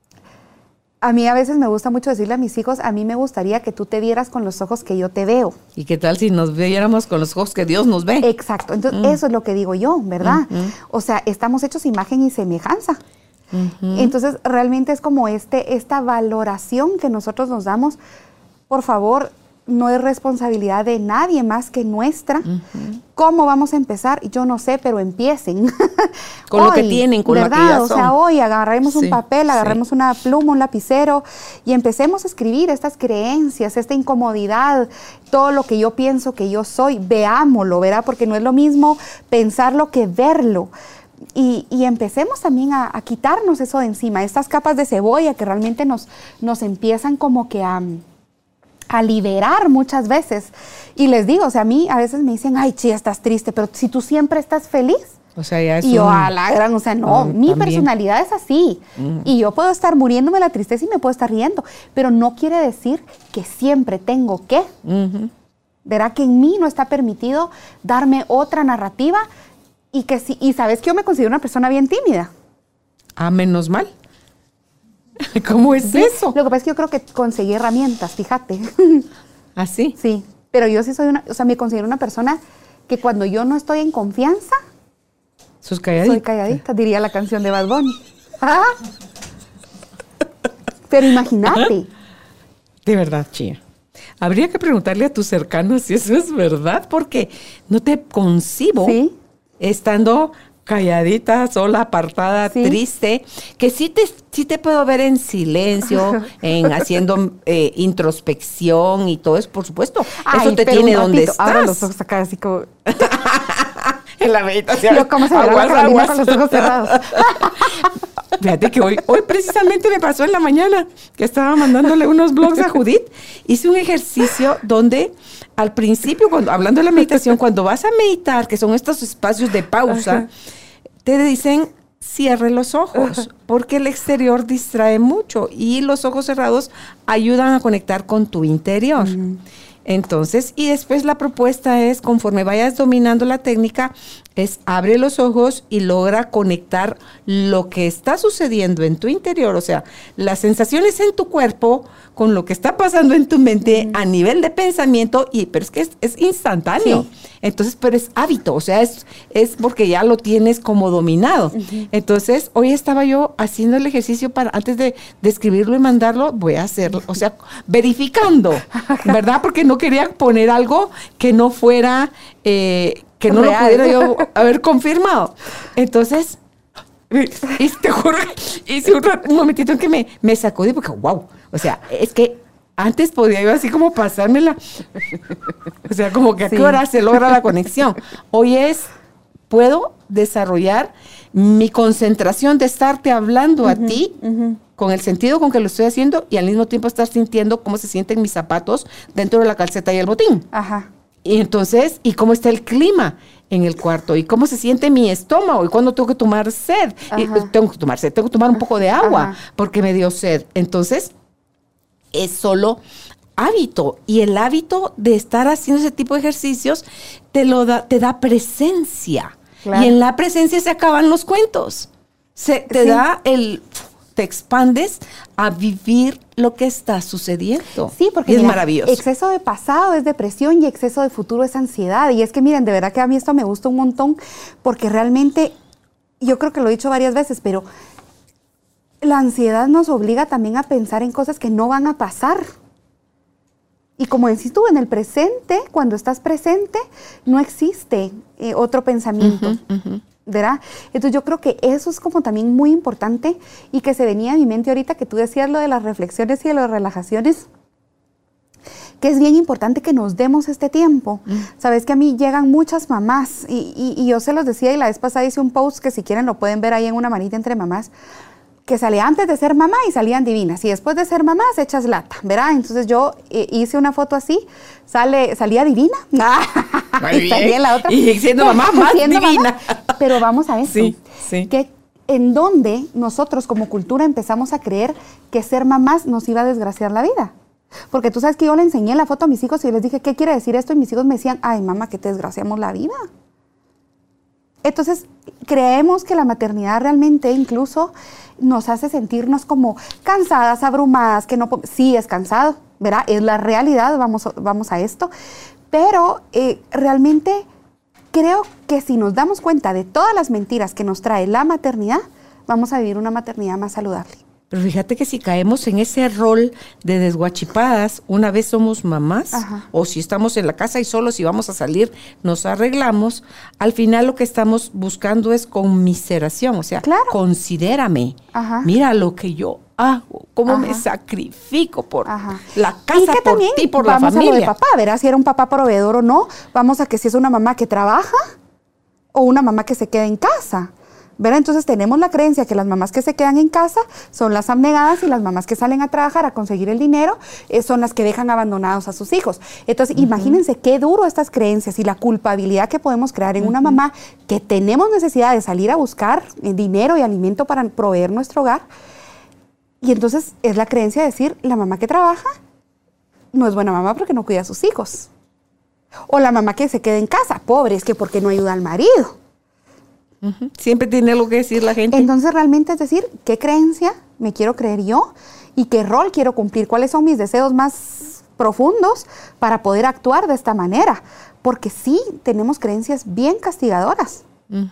a mí a veces me gusta mucho decirle a mis hijos, a mí me gustaría que tú te vieras con los ojos que yo te veo. ¿Y qué tal si nos viéramos con los ojos que Dios nos ve? Exacto. Entonces, eso es lo que digo yo, ¿verdad? O sea, estamos hechos imagen y semejanza. Entonces, realmente es como esta valoración que nosotros nos damos. Por favor, no es responsabilidad de nadie más que nuestra. ¿Cómo vamos a empezar? Yo no sé, pero empiecen. Con hoy, lo que tienen, con ¿verdad? Lo que ya son. O sea, hoy agarremos un papel, agarremos una pluma, un lapicero y empecemos a escribir estas creencias, esta incomodidad, todo lo que yo pienso que yo soy. Veámoslo, ¿verdad? Porque no es lo mismo pensarlo que verlo. Y empecemos también a quitarnos eso de encima, estas capas de cebolla que realmente nos empiezan como que a liberar muchas veces. Y les digo, o sea, a mí a veces me dicen, ay, Chía, estás triste, pero si tú siempre estás feliz. O sea, ya es y yo, a la gran, o sea, no, mi personalidad es así. Y yo puedo estar muriéndome de la tristeza y me puedo estar riendo, pero no quiere decir que siempre tengo que. Verá que en mí no está permitido darme otra narrativa y que sí, y sabes que yo me considero una persona bien tímida. Ah, menos mal. ¿Cómo es eso? Lo que pasa es que yo creo que conseguí herramientas, fíjate. ¿Ah, sí? Sí, pero yo sí me considero una persona que cuando yo no estoy en confianza, ¿sos calladita? Soy calladita, diría la canción de Bad Bunny. Pero imagínate. De verdad, Chía. Habría que preguntarle a tus cercanos si eso es verdad, porque no te concibo estando calladita, sola, apartada, triste, que sí te puedo ver en silencio, haciendo introspección y todo eso, por supuesto. Eso te tiene donde estás. Abra los ojos acá, así como... en la meditación. Yo como se ve la Carolina con los ojos cerrados. Fíjate que hoy precisamente me pasó en la mañana que estaba mandándole unos blogs a Judith. Hice un ejercicio donde al principio, hablando de la meditación, cuando vas a meditar, que son estos espacios de pausa, te dicen cierre los ojos, porque el exterior distrae mucho y los ojos cerrados ayudan a conectar con tu interior. Entonces, y después la propuesta es, conforme vayas dominando la técnica, es abre los ojos y logra conectar lo que está sucediendo en tu interior, o sea, las sensaciones en tu cuerpo con lo que está pasando en tu mente a nivel de pensamiento, pero es que es instantáneo. Sí. Entonces, pero es hábito, o sea, es porque ya lo tienes como dominado. Entonces, hoy estaba yo haciendo el ejercicio para, antes de escribirlo y mandarlo, voy a hacerlo, o sea, verificando, ¿verdad? Porque no quería poner algo que no fuera, que no lo pudiera yo haber confirmado. Entonces, y te juro, hice un momentito en que me sacudí porque, wow, o sea, es que antes podía yo así como pasármela, o sea, como que a qué hora se logra la conexión. Hoy puedo desarrollar mi concentración de estarte hablando a ti con el sentido con que lo estoy haciendo y al mismo tiempo estar sintiendo cómo se sienten mis zapatos dentro de la calceta y el botín. Y entonces, ¿y cómo está el clima en el cuarto? ¿Y cómo se siente mi estómago? ¿Y cuándo tengo que tomar sed? Tengo que tomar sed, tengo que tomar un poco de agua porque me dio sed. Entonces, es solo hábito. Y el hábito de estar haciendo ese tipo de ejercicios te da presencia. Claro. Y en la presencia se acaban los cuentos. Te expandes a vivir lo que está sucediendo. Sí, porque es maravilloso. Exceso de pasado es depresión y exceso de futuro es ansiedad. Y es que miren, de verdad que a mí esto me gusta un montón porque realmente, yo creo que lo he dicho varias veces, pero la ansiedad nos obliga también a pensar en cosas que no van a pasar. Y como decís tú, en el presente, cuando estás presente, no existe otro pensamiento. ¿Verdad? Entonces yo creo que eso es como también muy importante y que se venía a mi mente ahorita que tú decías lo de las reflexiones y de las relajaciones, que es bien importante que nos demos este tiempo. Sabes que a mí llegan muchas mamás y yo se los decía y la vez pasada hice un post que si quieren lo pueden ver ahí en una manita entre mamás, que salía antes de ser mamá y salían divinas y después de ser mamá se echas lata, ¿verdad? Entonces yo hice una foto así, salía divina y salía la otra y siendo mamá más divina. Pero vamos a eso, sí. Que en donde nosotros como cultura empezamos a creer que ser mamás nos iba a desgraciar la vida. Porque tú sabes que yo le enseñé la foto a mis hijos y les dije, ¿qué quiere decir esto? Y mis hijos me decían, ay mamá, que te desgraciamos la vida. Entonces, creemos que la maternidad realmente incluso nos hace sentirnos como cansadas, abrumadas, que no... Sí, es cansado, ¿verdad? Es la realidad, vamos a esto. Pero realmente creo que si nos damos cuenta de todas las mentiras que nos trae la maternidad, vamos a vivir una maternidad más saludable. Pero fíjate que si caemos en ese rol de desguachipadas, una vez somos mamás, o si estamos en la casa y solos y vamos a salir, nos arreglamos, al final lo que estamos buscando es conmiseración, o sea, considérame, mira lo que yo hago, cómo me sacrifico por la casa, por ti, por la familia. Vamos a lo de papá, verás si era un papá proveedor o no, vamos a que si es una mamá que trabaja o una mamá que se queda en casa. ¿Verdad? Entonces tenemos la creencia que las mamás que se quedan en casa son las abnegadas y las mamás que salen a trabajar a conseguir el dinero son las que dejan abandonados a sus hijos. Entonces imagínense qué duro estas creencias y la culpabilidad que podemos crear en una mamá que tenemos necesidad de salir a buscar dinero y alimento para proveer nuestro hogar. Y entonces es la creencia de decir, la mamá que trabaja no es buena mamá porque no cuida a sus hijos. O la mamá que se queda en casa, pobre, es que porque no ayuda al marido. Siempre tiene algo que decir la gente. Entonces realmente es decir, ¿qué creencia me quiero creer yo? ¿Y qué rol quiero cumplir? ¿Cuáles son mis deseos más profundos para poder actuar de esta manera? Porque sí, tenemos creencias bien castigadoras.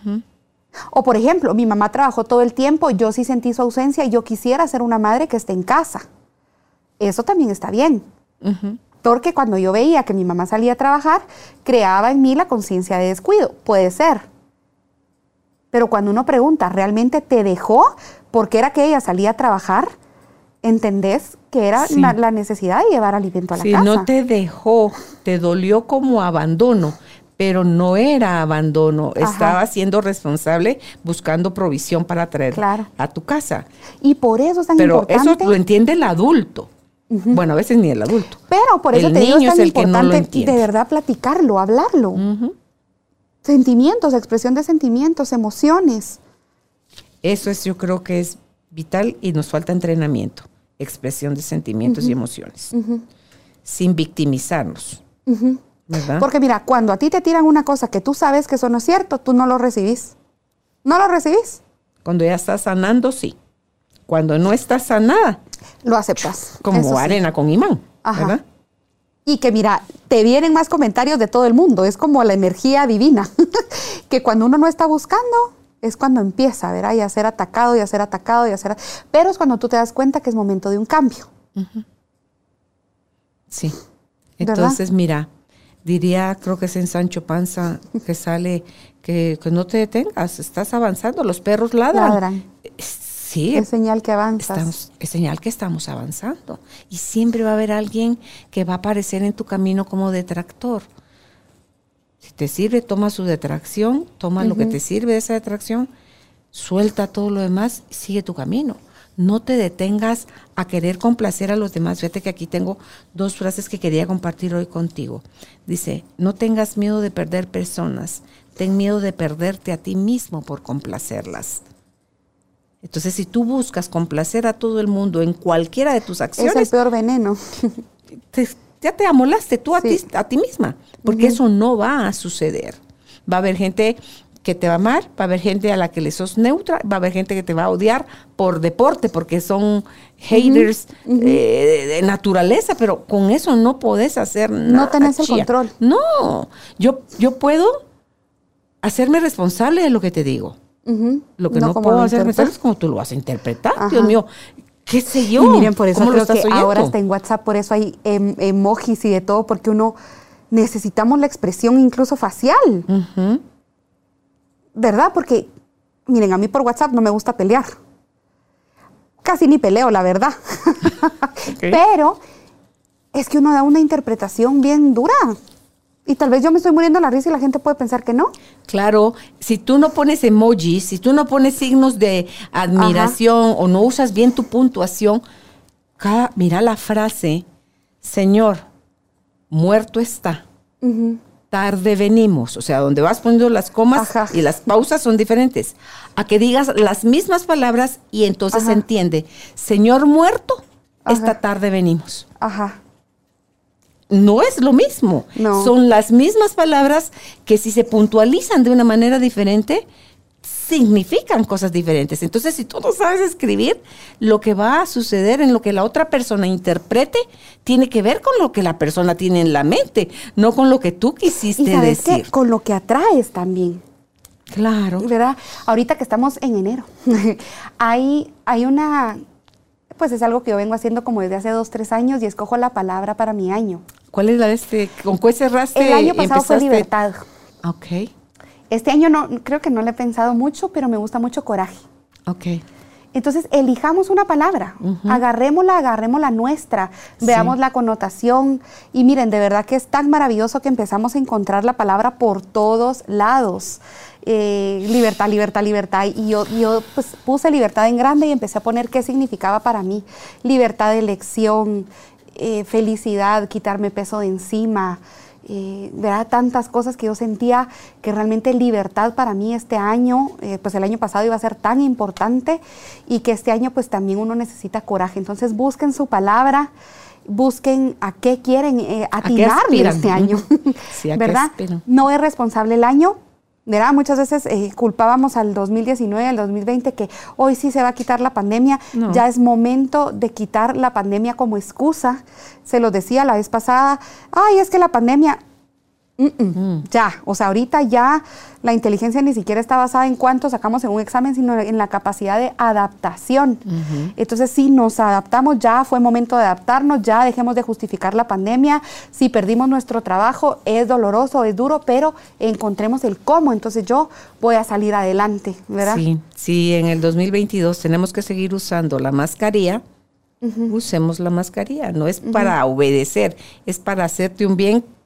O por ejemplo, mi mamá trabajó todo el tiempo, yo sí sentí su ausencia y yo quisiera ser una madre que esté en casa. Eso también está bien. Porque cuando yo veía que mi mamá salía a trabajar, creaba en mí la conciencia de descuido. Puede ser. Pero cuando uno pregunta, ¿realmente te dejó porque era que ella salía a trabajar? ¿Entendés que era la necesidad de llevar alimento a la casa? Sí, no te dejó, te dolió como abandono, pero no era abandono. Estaba siendo responsable, buscando provisión para traer a tu casa. Y por eso es tan importante. Pero eso lo entiende el adulto. Bueno, a veces ni el adulto. Pero por eso te digo, es tan importante de verdad platicarlo, hablarlo. Sentimientos, expresión de sentimientos, emociones. Eso es, yo creo que es vital y nos falta entrenamiento, expresión de sentimientos y emociones, sin victimizarnos, ¿verdad? Porque mira, cuando a ti te tiran una cosa que tú sabes que eso no es cierto, tú no lo recibís. ¿No lo recibís? Cuando ya estás sanando, sí. Cuando no estás sanada, Lo aceptas. como Eso sí. arena con imán, Ajá. ¿verdad? Y que mira, te vienen más comentarios de todo el mundo. Es como la energía divina. Que cuando uno no está buscando, es cuando empieza, ¿verdad? Y a ser atacado, y a ser atacado, y a ser... Pero es cuando tú te das cuenta que es momento de un cambio. Sí. ¿Verdad? Entonces, mira, diría, creo que es en Sancho Panza, que sale, que no te detengas, estás avanzando, los perros ladran. Ladran. Sí, Es señal que avanzas. es señal que estamos avanzando. Y siempre va a haber alguien que va a aparecer en tu camino como detractor. Si te sirve, toma su detracción, toma lo que te sirve de esa detracción, suelta todo lo demás y sigue tu camino. No te detengas a querer complacer a los demás. Fíjate que aquí tengo 2 frases que quería compartir hoy contigo. Dice, no tengas miedo de perder personas, ten miedo de perderte a ti mismo por complacerlas. Entonces, si tú buscas complacer a todo el mundo en cualquiera de tus acciones, Es el peor veneno. ya te amolaste tú Sí. a ti misma, porque eso no va a suceder. Va a haber gente que te va a amar, va a haber gente a la que le sos neutra, va a haber gente que te va a odiar por deporte, porque son haters de naturaleza, pero con eso no podés hacer nada. No tenés el chía. control. No, yo puedo hacerme responsable de lo que te digo. Lo que no como puedo lo hacer interpretas. es como tú lo vas a interpretar. Ajá. Dios mío, qué sé yo. Y miren, por eso ¿Cómo lo creo estás que oyendo? ahora está en WhatsApp, por eso hay emojis y de todo, porque uno necesitamos la expresión incluso facial. ¿Verdad? Porque, miren, a mí por WhatsApp no me gusta pelear. Casi ni peleo, la verdad. Pero es que uno da una interpretación bien dura. Y tal vez yo me estoy muriendo de la risa y la gente puede pensar que no. Claro, si tú no pones emojis, si tú no pones signos de admiración o no usas bien tu puntuación, mira la frase, Señor, muerto está, tarde venimos. O sea, donde vas poniendo las comas y las pausas son diferentes. A que digas las mismas palabras y entonces se entiende, Señor muerto, esta tarde venimos. Ajá. No es lo mismo. No. Son las mismas palabras que si se puntualizan de una manera diferente, significan cosas diferentes. Entonces, si tú no sabes escribir, lo que va a suceder en lo que la otra persona interprete tiene que ver con lo que la persona tiene en la mente, no con lo que tú quisiste Y sabes decir. que con lo que atraes también. Claro. ¿Verdad? Ahorita que estamos en enero, hay una... Pues es algo que yo vengo haciendo como desde hace 2-3 años y escojo la palabra para mi año. ¿Cuál es la de este? ¿Con cuál cerraste? El año pasado fue libertad. Ok. Este año no, creo que no le he pensado mucho, pero me gusta mucho coraje. Ok. Entonces, elijamos una palabra, agarrémosla nuestra, veamos la connotación y miren, de verdad que es tan maravilloso que empezamos a encontrar la palabra por todos lados. Libertad, libertad, libertad. Y yo pues puse libertad en grande y empecé a poner qué significaba para mí. Libertad de elección, felicidad, quitarme peso de encima, ¿verdad? Tantas cosas que yo sentía que realmente libertad para mí este año, pues el año pasado iba a ser tan importante y que este año pues también uno necesita coraje. Entonces busquen su palabra, busquen a qué quieren atinarle este año, Sí, ¿verdad? No es responsable el año. ¿Verdad? Muchas veces culpábamos al 2019, al 2020, que hoy sí se va a quitar la pandemia. No. Ya es momento de quitar la pandemia como excusa. Se los decía la vez pasada, ay, es que la pandemia... Ya, o sea, ahorita ya la inteligencia ni siquiera está basada en cuánto sacamos en un examen, sino en la capacidad de adaptación. Entonces, si nos adaptamos, ya fue momento de adaptarnos, ya dejemos de justificar la pandemia. Si perdimos nuestro trabajo, es doloroso, es duro, pero encontremos el cómo. Entonces, yo voy a salir adelante, ¿verdad? Sí, en el 2022 tenemos que seguir usando la mascarilla. Usemos la mascarilla, no es para obedecer, es para hacerte un bien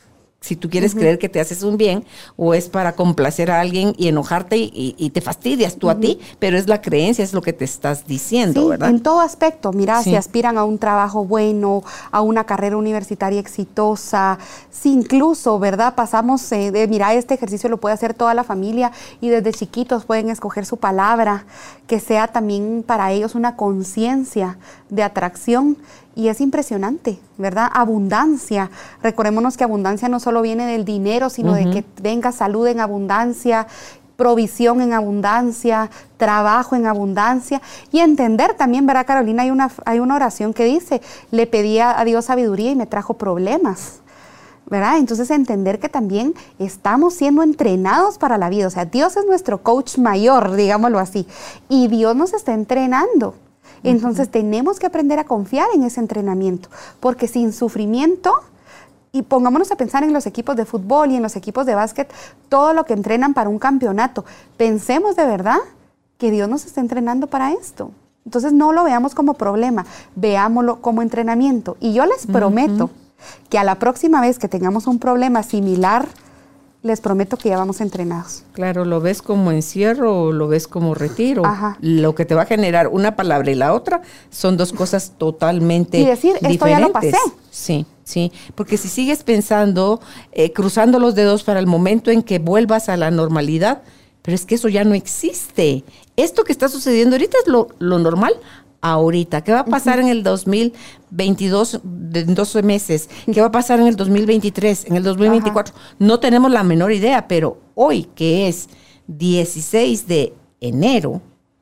si tú quieres creer que te haces un bien o es para complacer a alguien y enojarte y te fastidias tú a ti, pero es la creencia, es lo que te estás diciendo, sí, ¿verdad? En todo aspecto, mira, Sí. si aspiran a un trabajo bueno, a una carrera universitaria exitosa, si incluso, ¿verdad? Pasamos, mira, este ejercicio lo puede hacer toda la familia y desde chiquitos pueden escoger su palabra, que sea también para ellos una conciencia de atracción. Y es impresionante, ¿verdad? Abundancia. Recordémonos que abundancia no solo viene del dinero, sino de que venga salud en abundancia, provisión en abundancia, trabajo en abundancia. Y entender también, ¿verdad, Carolina? Hay una oración que dice, le pedí a Dios sabiduría y me trajo problemas, ¿verdad? Entonces entender que también estamos siendo entrenados para la vida. O sea, Dios es nuestro coach mayor, digámoslo así. Y Dios nos está entrenando. Entonces tenemos que aprender a confiar en ese entrenamiento, porque sin sufrimiento, y pongámonos a pensar en los equipos de fútbol y en los equipos de básquet, todo lo que entrenan para un campeonato, pensemos de verdad que Dios nos está entrenando para esto. Entonces no lo veamos como problema, veámoslo como entrenamiento. Y yo les prometo que a la próxima vez que tengamos un problema similar, les prometo que ya vamos entrenados. Claro, lo ves como encierro o lo ves como retiro. Ajá. Lo que te va a generar una palabra y la otra son dos cosas totalmente Y decir, diferentes. esto ya lo pasé. Sí, sí. Porque si sigues pensando, cruzando los dedos para el momento en que vuelvas a la normalidad, pero es que eso ya no existe. Esto que está sucediendo ahorita es lo normal. Ahorita, ¿qué va a pasar en el 2022, en 12 meses? ¿Qué va a pasar en el 2023, en el 2024? No tenemos la menor idea, pero hoy, que es 16 de enero,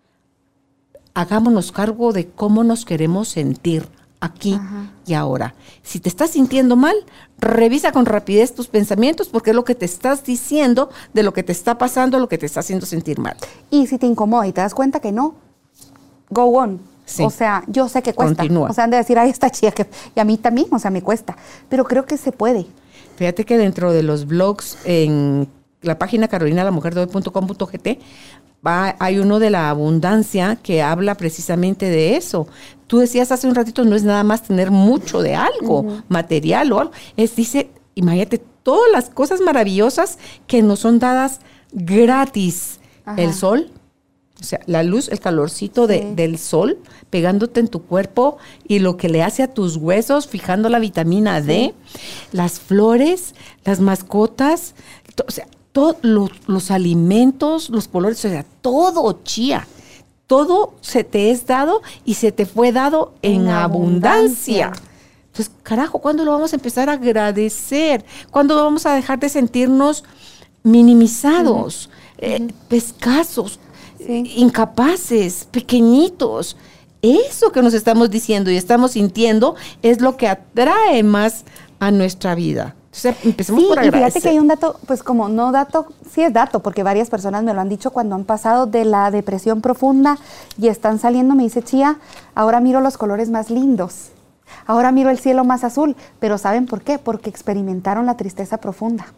hagámonos cargo de cómo nos queremos sentir aquí y ahora. Si te estás sintiendo mal, revisa con rapidez tus pensamientos, porque es lo que te estás diciendo de lo que te está pasando, lo que te está haciendo sentir mal. Y si te incomoda y te das cuenta que no, go on. Sí. O sea, yo sé que cuesta. Continúa. O sea, han de decir, ay, esta chica, y a mí también, o sea, me cuesta. Pero creo que se puede. Fíjate que dentro de los blogs en la página carolinalamujerdehoy.com.gt hay uno de la abundancia que habla precisamente de eso. Tú decías hace un ratito, no es nada más tener mucho de algo, material o algo. Dice, imagínate todas las cosas maravillosas que nos son dadas gratis. Ajá. El sol. O sea, la luz, el calorcito del sol pegándote en tu cuerpo y lo que le hace a tus huesos, fijando la vitamina D, las flores, las mascotas, o sea, todos los alimentos, los colores, o sea, todo, Chía. Todo se te es dado y se te fue dado en abundancia. Entonces, carajo, ¿cuándo lo vamos a empezar a agradecer? ¿Cuándo vamos a dejar de sentirnos minimizados, escasos? Sí. Incapaces, pequeñitos? Eso que nos estamos diciendo y estamos sintiendo es lo que atrae más a nuestra vida. Entonces, empecemos por agradecer. Y fíjate que hay un dato, pues como no dato, sí es dato, porque varias personas me lo han dicho cuando han pasado de la depresión profunda y están saliendo, me dice, Chía, ahora miro los colores más lindos, ahora miro el cielo más azul, pero ¿saben por qué? Porque experimentaron la tristeza profunda.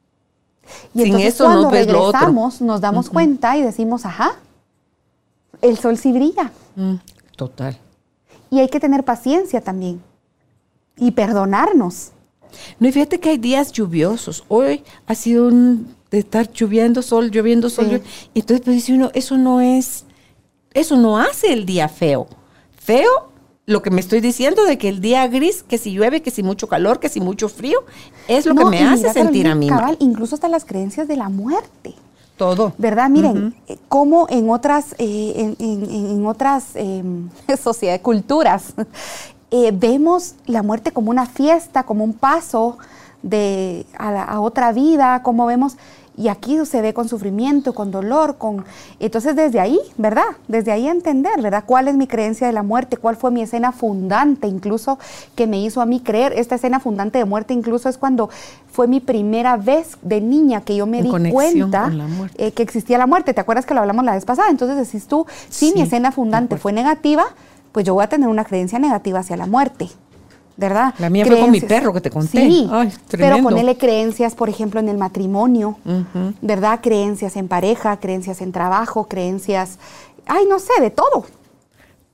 Y sin entonces eso cuando no ves lo regresamos, otro. Nos damos cuenta y decimos, ajá, el sol sí brilla. Total. Y hay que tener paciencia también. Y perdonarnos. No, y fíjate que hay días lluviosos. Hoy ha sido de estar lloviendo sol. Y entonces pues dice uno, eso no hace el día feo. Feo, lo que me estoy diciendo de que el día gris, que si llueve, que si mucho calor, que si mucho frío, es lo que me hace sentir a mí mal. Incluso hasta las creencias de la muerte. Todo. ¿Verdad? Miren, cómo en otras, sociedades, culturas, vemos la muerte como una fiesta, como un paso a otra vida, como vemos, y aquí se ve con sufrimiento, con dolor, entonces desde ahí, ¿verdad? Desde ahí entender, ¿verdad? ¿Cuál es mi creencia de la muerte? ¿Cuál fue mi escena fundante incluso que me hizo a mí creer? Esta escena fundante de muerte incluso es cuando fue mi primera vez de niña que yo me di cuenta que existía la muerte. ¿Te acuerdas que lo hablamos la vez pasada? Entonces decís tú, si mi escena fundante fue negativa, pues yo voy a tener una creencia negativa hacia la muerte. ¿Verdad? La mía fue con mi perro que te conté. Sí, ay, pero ponerle creencias, por ejemplo, en el matrimonio, ¿verdad? Creencias en pareja, creencias en trabajo, creencias, no sé, de todo.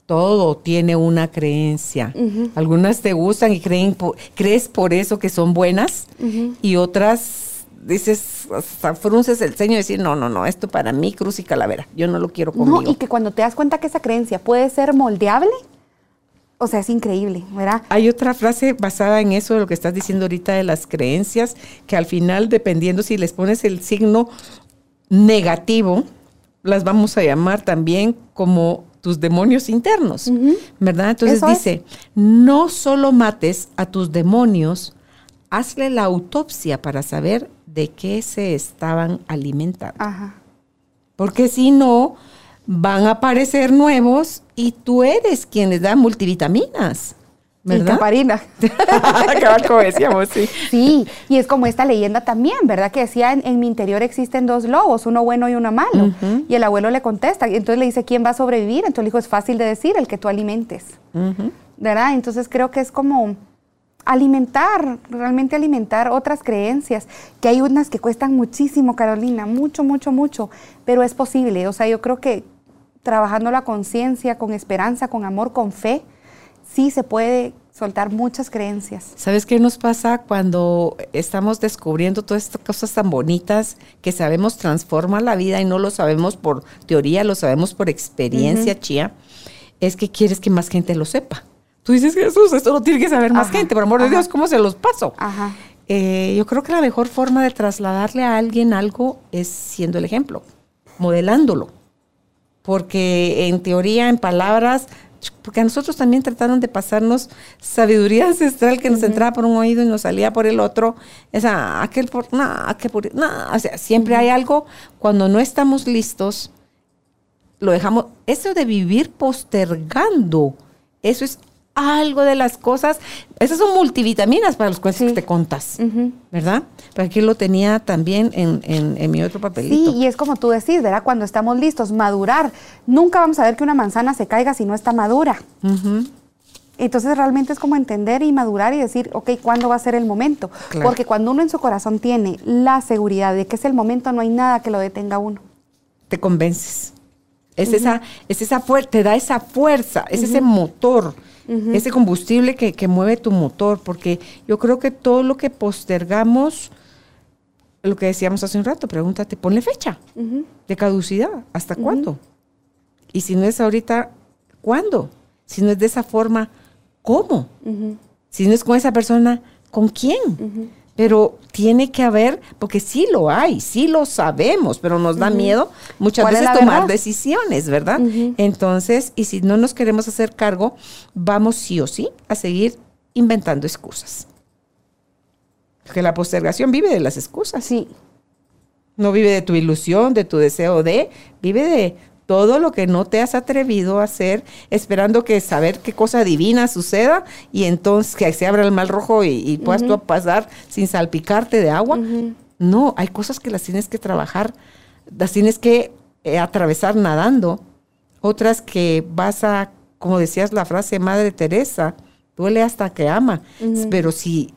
Todo tiene una creencia. Algunas te gustan y crees por eso que son buenas, y otras dices, hasta frunces el ceño y decir, no, esto para mí, cruz y calavera, yo no lo quiero conmigo. No, y que cuando te das cuenta que esa creencia puede ser moldeable, o sea, es increíble, ¿verdad? Hay otra frase basada en eso, de lo que estás diciendo ahorita de las creencias, que al final, dependiendo si les pones el signo negativo, las vamos a llamar también como tus demonios internos, ¿verdad? Entonces dice, no solo mates a tus demonios, hazle la autopsia para saber de qué se estaban alimentando. Ajá. Porque si no, van a aparecer nuevos y tú eres quien les da multivitaminas, ¿verdad? Y caparina. Como decíamos, sí. Sí, y es como esta leyenda también, ¿verdad? Que decía, en mi interior existen dos lobos, uno bueno y uno malo. Y el abuelo le contesta, y entonces le dice, ¿quién va a sobrevivir? Entonces le dijo, es fácil de decir, el que tú alimentes. ¿Verdad? Entonces creo que es como realmente alimentar otras creencias, que hay unas que cuestan muchísimo, Carolina, mucho, pero es posible. O sea, yo creo que trabajando la conciencia, con esperanza, con amor, con fe, sí se puede soltar muchas creencias. ¿Sabes qué nos pasa cuando estamos descubriendo todas estas cosas tan bonitas que sabemos transforman la vida y no lo sabemos por teoría, lo sabemos por experiencia, Chía? Es que quieres que más gente lo sepa. Tú dices, Jesús, esto lo tiene que saber más gente, por amor de Dios, ¿cómo se los paso? Yo creo que la mejor forma de trasladarle a alguien algo es siendo el ejemplo, modelándolo. Porque en teoría, en palabras, porque a nosotros también trataron de pasarnos sabiduría ancestral que nos entraba por un oído y nos salía por el otro. O sea, siempre hay algo, cuando no estamos listos, lo dejamos. Eso de vivir postergando, eso es algo de las cosas, esas son multivitaminas para los cuentos que te contas, ¿verdad? Pero aquí lo tenía también en mi otro papelito. Sí, y es como tú decís, ¿verdad? Cuando estamos listos, madurar. Nunca vamos a ver que una manzana se caiga si no está madura. Entonces realmente es como entender y madurar y decir, ok, ¿cuándo va a ser el momento? Claro. Porque cuando uno en su corazón tiene la seguridad de que es el momento, no hay nada que lo detenga a uno. Te convences. Es esa fuerza, te da esa fuerza, es ese motor. Ese combustible que mueve tu motor, porque yo creo que todo lo que postergamos, lo que decíamos hace un rato, pregúntate, ponle fecha de caducidad, ¿hasta cuándo? Y si no es ahorita, ¿cuándo? Si no es de esa forma, ¿cómo? Si no es con esa persona, ¿con quién? Pero tiene que haber, porque sí lo hay, sí lo sabemos, pero nos da miedo muchas veces tomar decisiones, ¿verdad? Entonces, y si no nos queremos hacer cargo, vamos sí o sí a seguir inventando excusas. Porque la postergación vive de las excusas. Sí. No vive de tu ilusión, de tu deseo vive de todo lo que no te has atrevido a hacer, esperando que saber qué cosa divina suceda y entonces que se abra el mar rojo y puedas tú pasar sin salpicarte de agua. No, hay cosas que las tienes que trabajar, las tienes que atravesar nadando. Otras que vas a, como decías la frase Madre Teresa, duele hasta que ama. Pero si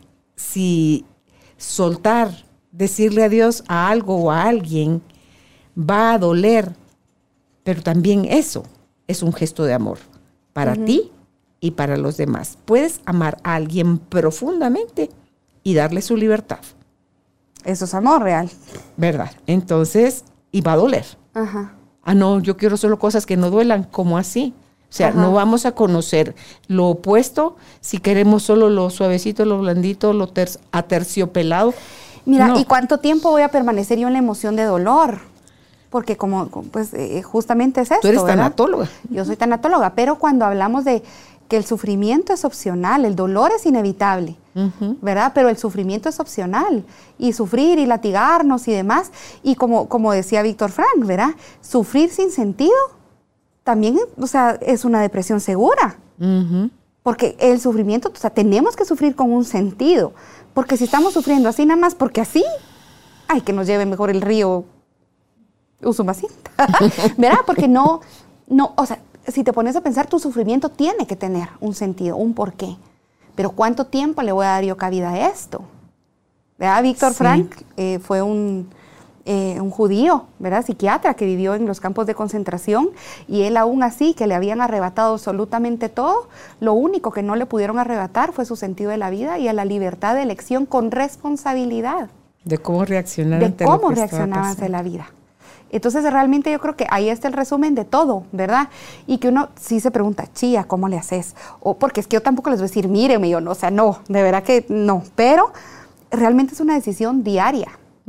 soltar, decirle adiós a algo o a alguien, va a doler. Pero también eso es un gesto de amor para ti y para los demás. Puedes amar a alguien profundamente y darle su libertad. Eso es amor real. ¿Verdad? Entonces, y va a doler. No, yo quiero solo cosas que no duelan, ¿cómo así? O sea, no vamos a conocer lo opuesto si queremos solo lo suavecito, lo blandito, lo aterciopelado. Mira, ¿y cuánto tiempo voy a permanecer yo en la emoción de dolor? Porque justamente es esto, Tú eres ¿verdad? tanatóloga. Yo soy tanatóloga, pero cuando hablamos de que el sufrimiento es opcional, el dolor es inevitable, ¿verdad? Pero el sufrimiento es opcional, y sufrir y latigarnos y demás, y como decía Víctor Frank, ¿verdad? Sufrir sin sentido también, o sea, es una depresión segura, porque el sufrimiento, o sea, tenemos que sufrir con un sentido, porque si estamos sufriendo así nada más, porque así, que nos lleve mejor el río Usumacinta, ¿verdad? Porque no, o sea, si te pones a pensar, tu sufrimiento tiene que tener un sentido, un porqué. Pero ¿cuánto tiempo le voy a dar yo cabida a esto? ¿Verdad? Víctor Frank fue un un judío, ¿verdad? Psiquiatra que vivió en los campos de concentración, y él aún así, que le habían arrebatado absolutamente todo, lo único que no le pudieron arrebatar fue su sentido de la vida y a la libertad de elección con responsabilidad. De cómo reaccionar ante lo que reaccionaba ante la vida. Entonces realmente yo creo que ahí está el resumen de todo, ¿verdad? Y que uno sí se pregunta, Chía, ¿cómo le haces? O porque es que yo tampoco les voy a decir, mírenme, yo no, o sea, no, de verdad que no, pero realmente es una decisión diaria.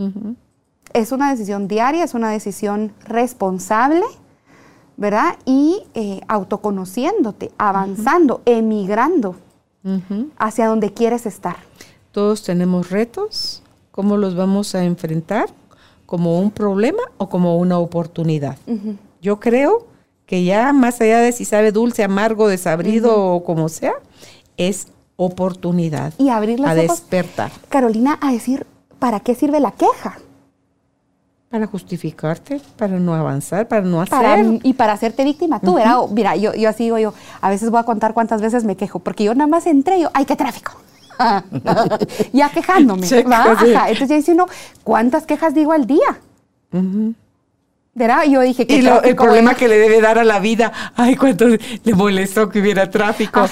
Es una decisión diaria, es una decisión responsable, ¿verdad? Y autoconociéndote, avanzando, emigrando hacia donde quieres estar. Todos tenemos retos. ¿Cómo los vamos a enfrentar? ¿Como un problema o como una oportunidad? Yo creo que ya más allá de si sabe dulce, amargo, desabrido o como sea, es oportunidad. Y abrir los ojos, despertar. Carolina, a decir, ¿para qué sirve la queja? Para justificarte, para no avanzar, para no hacer. Y para hacerte víctima tú, ¿verdad? Mira, yo así digo yo, a veces voy a contar cuántas veces me quejo, porque yo nada más entré, ¡ay, qué tráfico! Ya quejándome, ¿va? Entonces ya dice uno, ¿cuántas quejas digo al día? ¿Verdad? Yo dije que el problema que le debe dar a la vida, ay, cuánto le molestó que hubiera tráfico.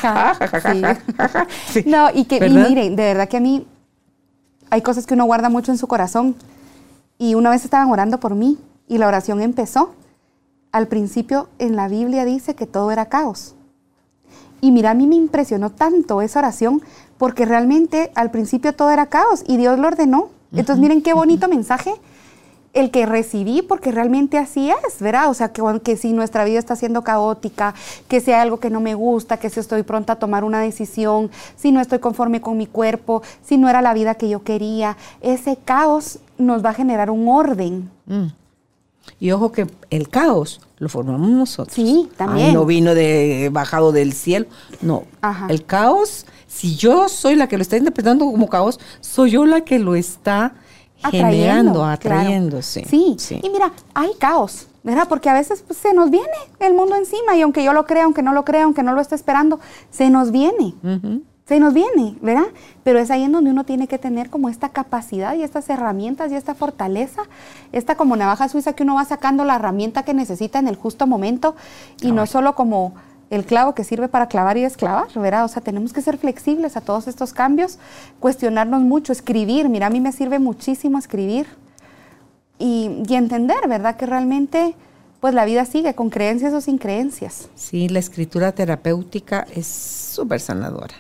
Sí. No, y miren, de verdad que a mí hay cosas que uno guarda mucho en su corazón. Y una vez estaban orando por mí y la oración empezó. Al principio en la Biblia dice que todo era caos. Y mira, a mí me impresionó tanto esa oración porque realmente al principio todo era caos y Dios lo ordenó. Entonces miren qué bonito mensaje el que recibí, porque realmente así es, ¿verdad? O sea, que si nuestra vida está siendo caótica, que si hay algo que no me gusta, que si estoy pronta a tomar una decisión, si no estoy conforme con mi cuerpo, si no era la vida que yo quería, ese caos nos va a generar un orden. Y ojo que el caos lo formamos nosotros. Sí, también. Ay, no vino bajado del cielo. No, el caos, si yo soy la que lo está interpretando como caos, soy yo la que lo está atrayendo, claro. Sí. Y mira, hay caos, ¿verdad? Porque a veces pues, se nos viene el mundo encima y aunque yo lo crea, aunque no lo crea, aunque no lo esté esperando, se nos viene. Se nos viene, ¿verdad? Pero es ahí en donde uno tiene que tener como esta capacidad y estas herramientas y esta fortaleza, esta como navaja suiza que uno va sacando la herramienta que necesita en el justo momento y no solo como el clavo que sirve para clavar y desclavar, ¿verdad? O sea, tenemos que ser flexibles a todos estos cambios, cuestionarnos mucho, escribir. Mira, a mí me sirve muchísimo escribir y entender, ¿verdad? Que realmente, pues la vida sigue con creencias o sin creencias. Sí, la escritura terapéutica es súper sanadora.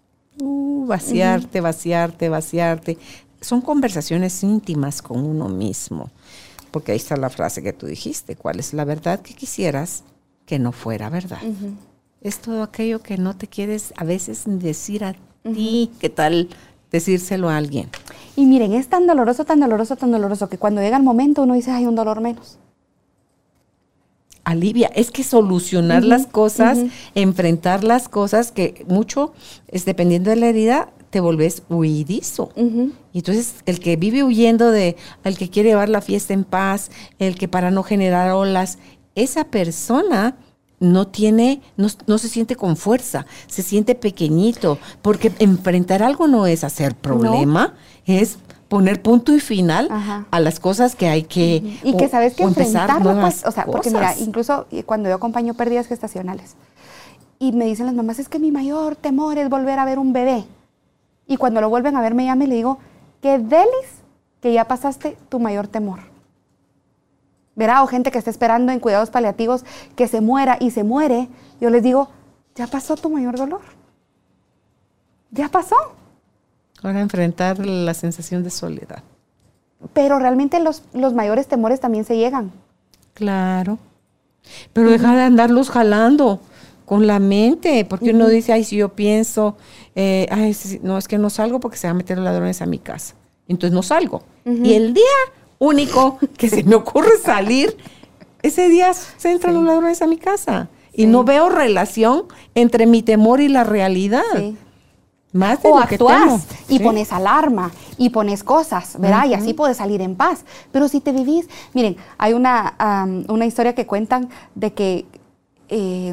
Vaciarte. Son conversaciones íntimas con uno mismo. Porque ahí está la frase que tú dijiste. ¿Cuál es la verdad que quisieras que no fuera verdad? Es todo aquello que no te quieres a veces decir a ti. ¿Qué tal decírselo a alguien? Y miren, es tan doloroso que cuando llega el momento uno dice, hay un dolor menos. Alivia, es que solucionar las cosas, enfrentar las cosas, que mucho es dependiendo de la herida, te volvés huidizo. Y entonces el que vive huyendo al que quiere llevar la fiesta en paz, el que para no generar olas, esa persona no se siente con fuerza, se siente pequeñito, porque enfrentar algo no es hacer problema, es poner punto y final a las cosas que hay que y que sabes que enfrentarlo, pues, o sea, porque mira, incluso cuando yo acompaño pérdidas gestacionales y me dicen las mamás, es que mi mayor temor es volver a ver un bebé. Y cuando lo vuelven a ver me llama y le digo, qué delis que ya pasaste tu mayor temor. ¿Verdad? O gente que está esperando en cuidados paliativos que se muera y se muere, yo les digo, ya pasó tu mayor dolor. Ya pasó. Ahora enfrentar la sensación de soledad. Pero realmente los mayores temores también se llegan. Claro. Pero dejar de andarlos jalando con la mente, porque uno dice, ay, si yo pienso, no, es que no salgo porque se van a meter los ladrones a mi casa. Entonces no salgo. Y el día único que se me ocurre salir, ese día se entran los ladrones a mi casa. Y no veo relación entre mi temor y la realidad. Sí. Más de o lo que actúas y pones alarma y pones cosas, ¿verdad? Y así puedes salir en paz. Pero si te vivís, miren, hay una historia que cuentan de que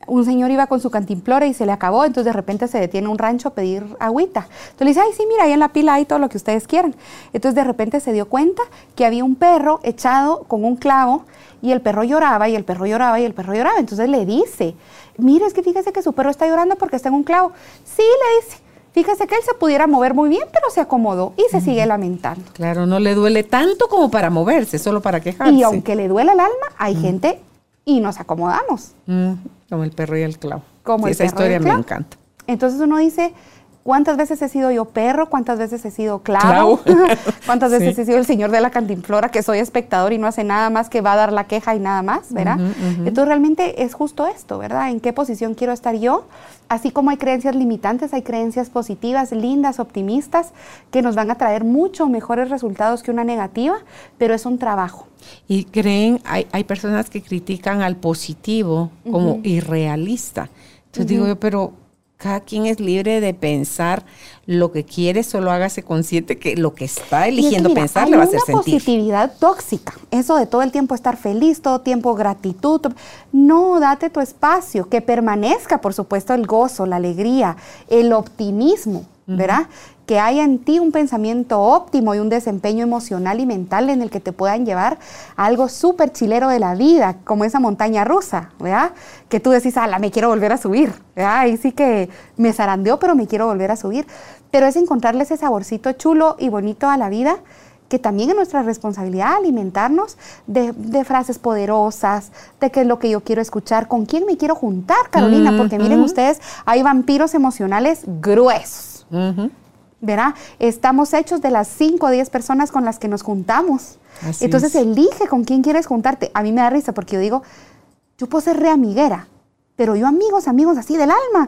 un señor iba con su cantimplora y se le acabó, entonces de repente se detiene a un rancho a pedir agüita. Entonces le dice, ay, sí, mira, ahí en la pila hay todo lo que ustedes quieran. Entonces de repente se dio cuenta que había un perro echado con un clavo y el perro lloraba y el perro lloraba y el perro lloraba. Entonces le dice, mire, es que fíjese que su perro está llorando porque está en un clavo. Sí, le dice. Fíjese que él se pudiera mover muy bien, pero se acomodó y se sigue lamentando. Claro, no le duele tanto como para moverse, solo para quejarse. Y aunque le duele el alma, hay gente y nos acomodamos. Como el perro y el clavo. Como el esa perro historia y el me clavo. encanta. Entonces uno dice, ¿cuántas veces he sido yo perro? ¿Cuántas veces he sido clavo? ¿Cuántas veces he sido el señor de la cantimplora que soy espectador y no hace nada más que va a dar la queja y nada más, ¿verdad? Entonces realmente es justo esto, ¿verdad? ¿En qué posición quiero estar yo? Así como hay creencias limitantes, hay creencias positivas, lindas, optimistas, que nos van a traer mucho mejores resultados que una negativa, pero es un trabajo. Y creen, hay personas que critican al positivo como irrealista. Entonces digo yo, pero cada quien es libre de pensar lo que quiere, solo hágase consciente que lo que está eligiendo mira, pensar le va a hacer sentir. Hay una positividad tóxica, eso de todo el tiempo estar feliz, todo tiempo gratitud. No, date tu espacio, que permanezca, por supuesto, el gozo, la alegría, el optimismo, ¿verdad? Que haya en ti un pensamiento óptimo y un desempeño emocional y mental en el que te puedan llevar a algo súper chilero de la vida, como esa montaña rusa, ¿verdad? Que tú decís, ala, me quiero volver a subir, ¿verdad? Ahí sí que me zarandeó, pero me quiero volver a subir. Pero es encontrarle ese saborcito chulo y bonito a la vida, que también es nuestra responsabilidad alimentarnos de frases poderosas, de qué es lo que yo quiero escuchar, con quién me quiero juntar, Carolina, porque miren ustedes, hay vampiros emocionales gruesos. ¿Verdad? Estamos hechos de las 5 o 10 personas con las que nos juntamos. Así Entonces es. elige con quién quieres juntarte. A mí me da risa porque yo digo, yo puedo ser re amiguera, pero yo amigos así del alma.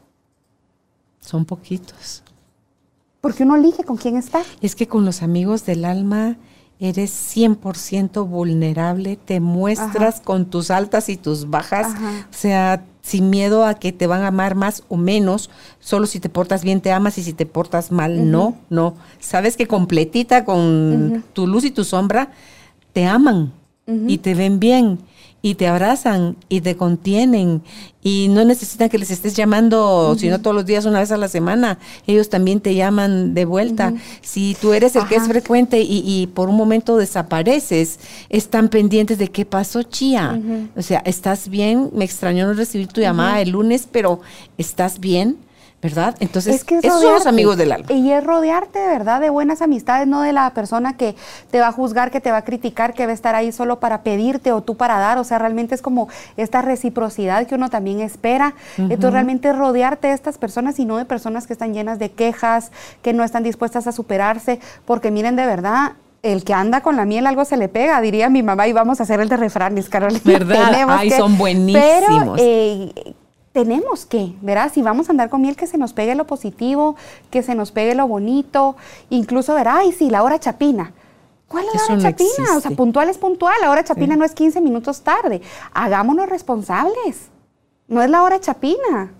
Son poquitos. Porque uno elige con quién está. Es que con los amigos del alma eres 100% vulnerable, te muestras con tus altas y tus bajas, o sea, sin miedo a que te van a amar más o menos, solo si te portas bien te amas y si te portas mal, no. Sabes que completita con tu luz y tu sombra, te aman y te ven bien y te abrazan y te contienen y no necesitan que les estés llamando, sino todos los días, una vez a la semana. Ellos también te llaman de vuelta. Si tú eres el que es frecuente y por un momento desapareces, están pendientes de qué pasó, Chía. O sea, ¿estás bien? Me extrañó no recibir tu llamada el lunes, pero ¿estás bien? ¿Verdad? Entonces, es que esos son los amigos del alma. Y es rodearte de verdad de buenas amistades, no de la persona que te va a juzgar, que te va a criticar, que va a estar ahí solo para pedirte o tú para dar. O sea, realmente es como esta reciprocidad que uno también espera. Entonces, realmente rodearte de estas personas y no de personas que están llenas de quejas, que no están dispuestas a superarse. Porque miren, de verdad, el que anda con la miel algo se le pega, diría mi mamá, y vamos a hacer el de refranes, Carolina. ¿Verdad? Ay, son buenísimos. Pero, tenemos que, ¿verdad? Si vamos a andar con miel, que se nos pegue lo positivo, que se nos pegue lo bonito, incluso, ¿verdad? Ay, sí, la hora chapina. ¿Cuál es la hora chapina? O sea, puntual es puntual, la hora chapina no es 15 minutos tarde. Hagámonos responsables. No es la hora chapina.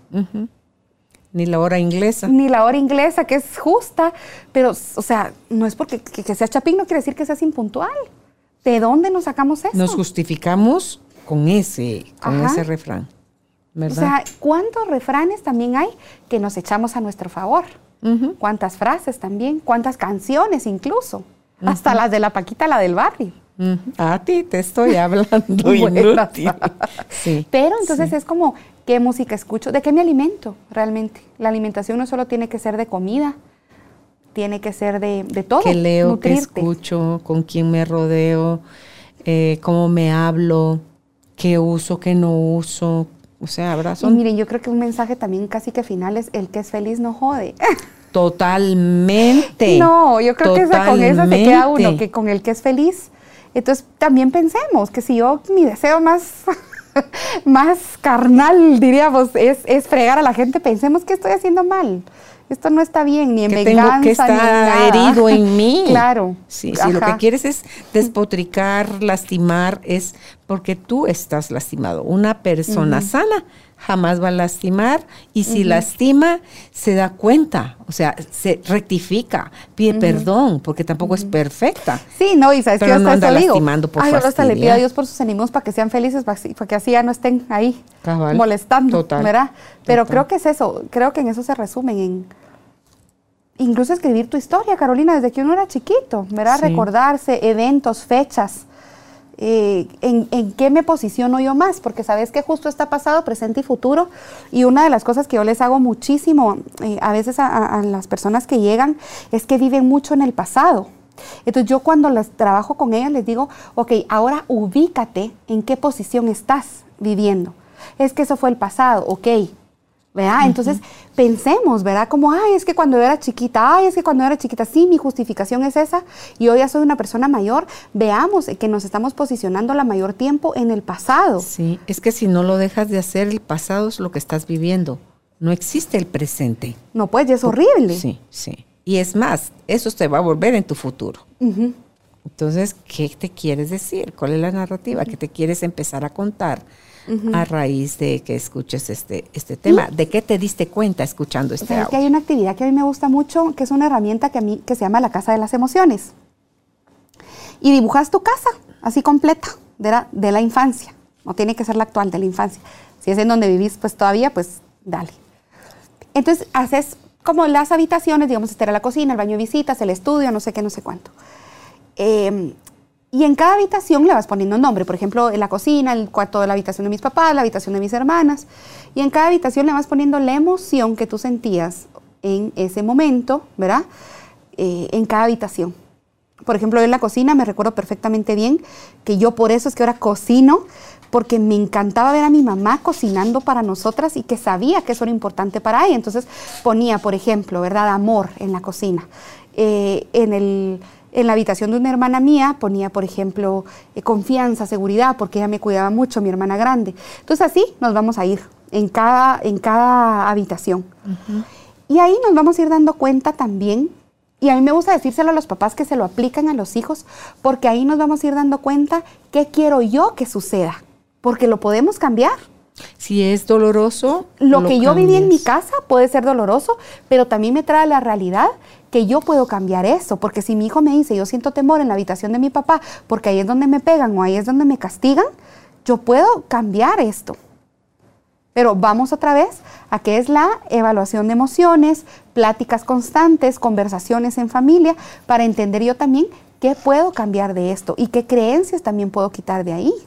Ni la hora inglesa. Ni la hora inglesa, que es justa, pero, o sea, no es porque que seas chapín, no quiere decir que seas impuntual. ¿De dónde nos sacamos eso? Nos justificamos con ese refrán. ¿Verdad? O sea, ¿cuántos refranes también hay que nos echamos a nuestro favor? ¿Cuántas frases también? ¿Cuántas canciones incluso? Hasta las de la Paquita, la del barrio. A ti te estoy hablando inútil. Sí, pero entonces es como, ¿qué música escucho? ¿De qué me alimento realmente? La alimentación no solo tiene que ser de comida, tiene que ser de todo. ¿Qué leo, nutrirte. qué escucho, con quién me rodeo, cómo me hablo, qué uso, qué no uso? O sea, Y miren, yo creo que un mensaje también casi que final es: el que es feliz no jode. Totalmente. No, yo creo que con esa se queda uno, que con el que es feliz. Entonces también pensemos que si yo, mi deseo más carnal, diríamos, es fregar a la gente, pensemos que estoy haciendo mal. Esto no está bien, ni en que venganza, tengo que estar ni nada. herido en mí. Claro. Sí, si lo que quieres es despotricar, lastimar, es porque tú estás lastimado. Una persona sana jamás va a lastimar, y si lastima, se da cuenta, o sea, se rectifica, pide perdón, porque tampoco es perfecta. Sí, no, y sabes que yo no hasta anda digo, lastimando por yo hasta le pido a fastidiar. Dios por sus enemigos para que sean felices, para que así ya no estén ahí Cabal. molestando, Total. ¿verdad? Pero Total. creo que es eso, creo que en eso se resumen, en incluso escribir tu historia, Carolina, desde que uno era chiquito, ¿verdad? Sí. Recordarse eventos, fechas, en qué me posiciono yo más, porque sabes que justo está pasado, presente y futuro, y una de las cosas que yo les hago muchísimo a veces a las personas que llegan es que viven mucho en el pasado. Entonces yo cuando les trabajo con ellas les digo, ok, ahora ubícate en qué posición estás viviendo. Es que eso fue el pasado, ok, ¿verdad? Entonces pensemos, ¿verdad? Como, ay, es que cuando yo era chiquita, sí, mi justificación es esa, y hoy ya soy una persona mayor. Veamos que nos estamos posicionando la mayor tiempo en el pasado. Sí, es que si no lo dejas de hacer, el pasado es lo que estás viviendo. No existe el presente. No, pues, ya es horrible. Sí, sí. Y es más, eso te va a volver en tu futuro. Entonces, ¿qué te quieres decir? ¿Cuál es la narrativa que te quieres empezar a contar a raíz de que escuches este tema? ¿De qué te diste cuenta escuchando este ¿Sabes que audio? hay una actividad que a mí me gusta mucho, que es una herramienta que se llama la Casa de las Emociones? Y dibujas tu casa, así completa, de la infancia. No tiene que ser la actual, de la infancia. Si es en donde vivís, pues todavía, pues dale. Entonces, haces como las habitaciones, digamos, esta era la cocina, el baño de visitas, el estudio, no sé qué, no sé cuánto. Y en cada habitación le vas poniendo un nombre. Por ejemplo, en la cocina, el cuarto de la habitación de mis papás, la habitación de mis hermanas. Y en cada habitación le vas poniendo la emoción que tú sentías en ese momento, ¿verdad? En cada habitación. Por ejemplo, yo en la cocina me recuerdo perfectamente bien que yo por eso es que ahora cocino, porque me encantaba ver a mi mamá cocinando para nosotras y que sabía que eso era importante para ella. Entonces ponía, por ejemplo, ¿verdad? Amor en la cocina. En la habitación de una hermana mía ponía, por ejemplo, confianza, seguridad, porque ella me cuidaba mucho, mi hermana grande. Entonces así nos vamos a ir en cada habitación. Y ahí nos vamos a ir dando cuenta también, y a mí me gusta decírselo a los papás que se lo aplican a los hijos, porque ahí nos vamos a ir dando cuenta qué quiero yo que suceda, porque lo podemos cambiar. Si es doloroso, Lo que yo viví en mi cambias. casa puede ser doloroso, pero también me trae la realidad que yo puedo cambiar eso, porque si mi hijo me dice, yo siento temor en la habitación de mi papá, porque ahí es donde me pegan o ahí es donde me castigan, yo puedo cambiar esto. Pero vamos otra vez a qué es la evaluación de emociones, pláticas constantes, conversaciones en familia, para entender yo también qué puedo cambiar de esto y qué creencias también puedo quitar de ahí.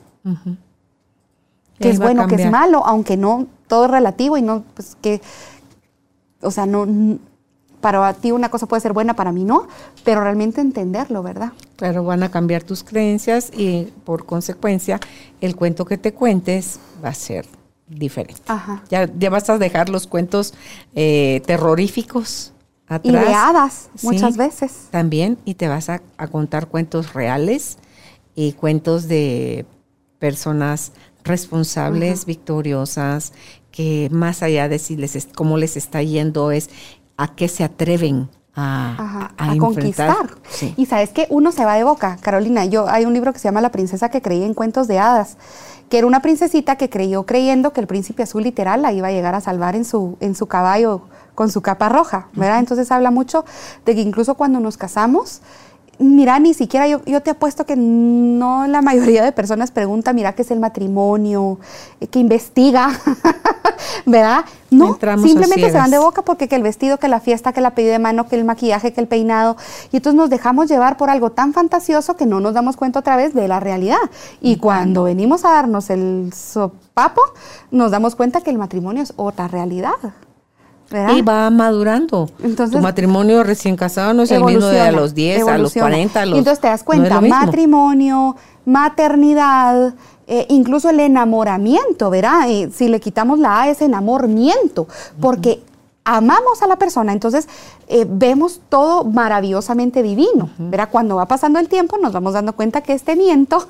Que es bueno, que es malo, aunque no, todo es relativo y no, pues que, o sea, no, para ti una cosa puede ser buena, para mí no, pero realmente entenderlo, ¿verdad? Claro, van a cambiar tus creencias y por consecuencia el cuento que te cuentes va a ser diferente. Ajá. Ya vas a dejar los cuentos terroríficos atrás. Y de hadas, Sí, muchas veces. también, y te vas a contar cuentos reales y cuentos de personas responsables, victoriosas, que más allá de si cómo les está yendo es a qué se atreven a conquistar. Sí. Y sabes que uno se va de boca, Carolina. Hay un libro que se llama La princesa que creía en cuentos de hadas, que era una princesita que creyendo que el príncipe azul literal la iba a llegar a salvar en su caballo con su capa roja, ¿verdad? Entonces habla mucho de que incluso cuando nos casamos, mira, ni siquiera yo te apuesto que no la mayoría de personas pregunta, mira, ¿qué es el matrimonio? ¿Qué investiga? ¿Verdad? No, Entramos simplemente a se van de ciegas. boca porque que el vestido, que la fiesta, que la pedida de mano, que el maquillaje, que el peinado. Y entonces nos dejamos llevar por algo tan fantasioso que no nos damos cuenta otra vez de la realidad. Y cuando venimos a darnos el sopapo, nos damos cuenta que el matrimonio es otra realidad. ¿Verdad? Y va madurando. Entonces, tu matrimonio recién casado no es el mismo de a los 10, a los 40, a los... Y entonces te das no cuenta, es lo mismo. matrimonio, maternidad, incluso el enamoramiento, ¿verdad? Si le quitamos la A es enamoramiento, porque amamos a la persona, entonces vemos todo maravillosamente divino, ¿verdad? Cuando va pasando el tiempo nos vamos dando cuenta que este miento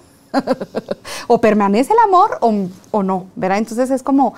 o permanece el amor o no, ¿verdad? Entonces es como,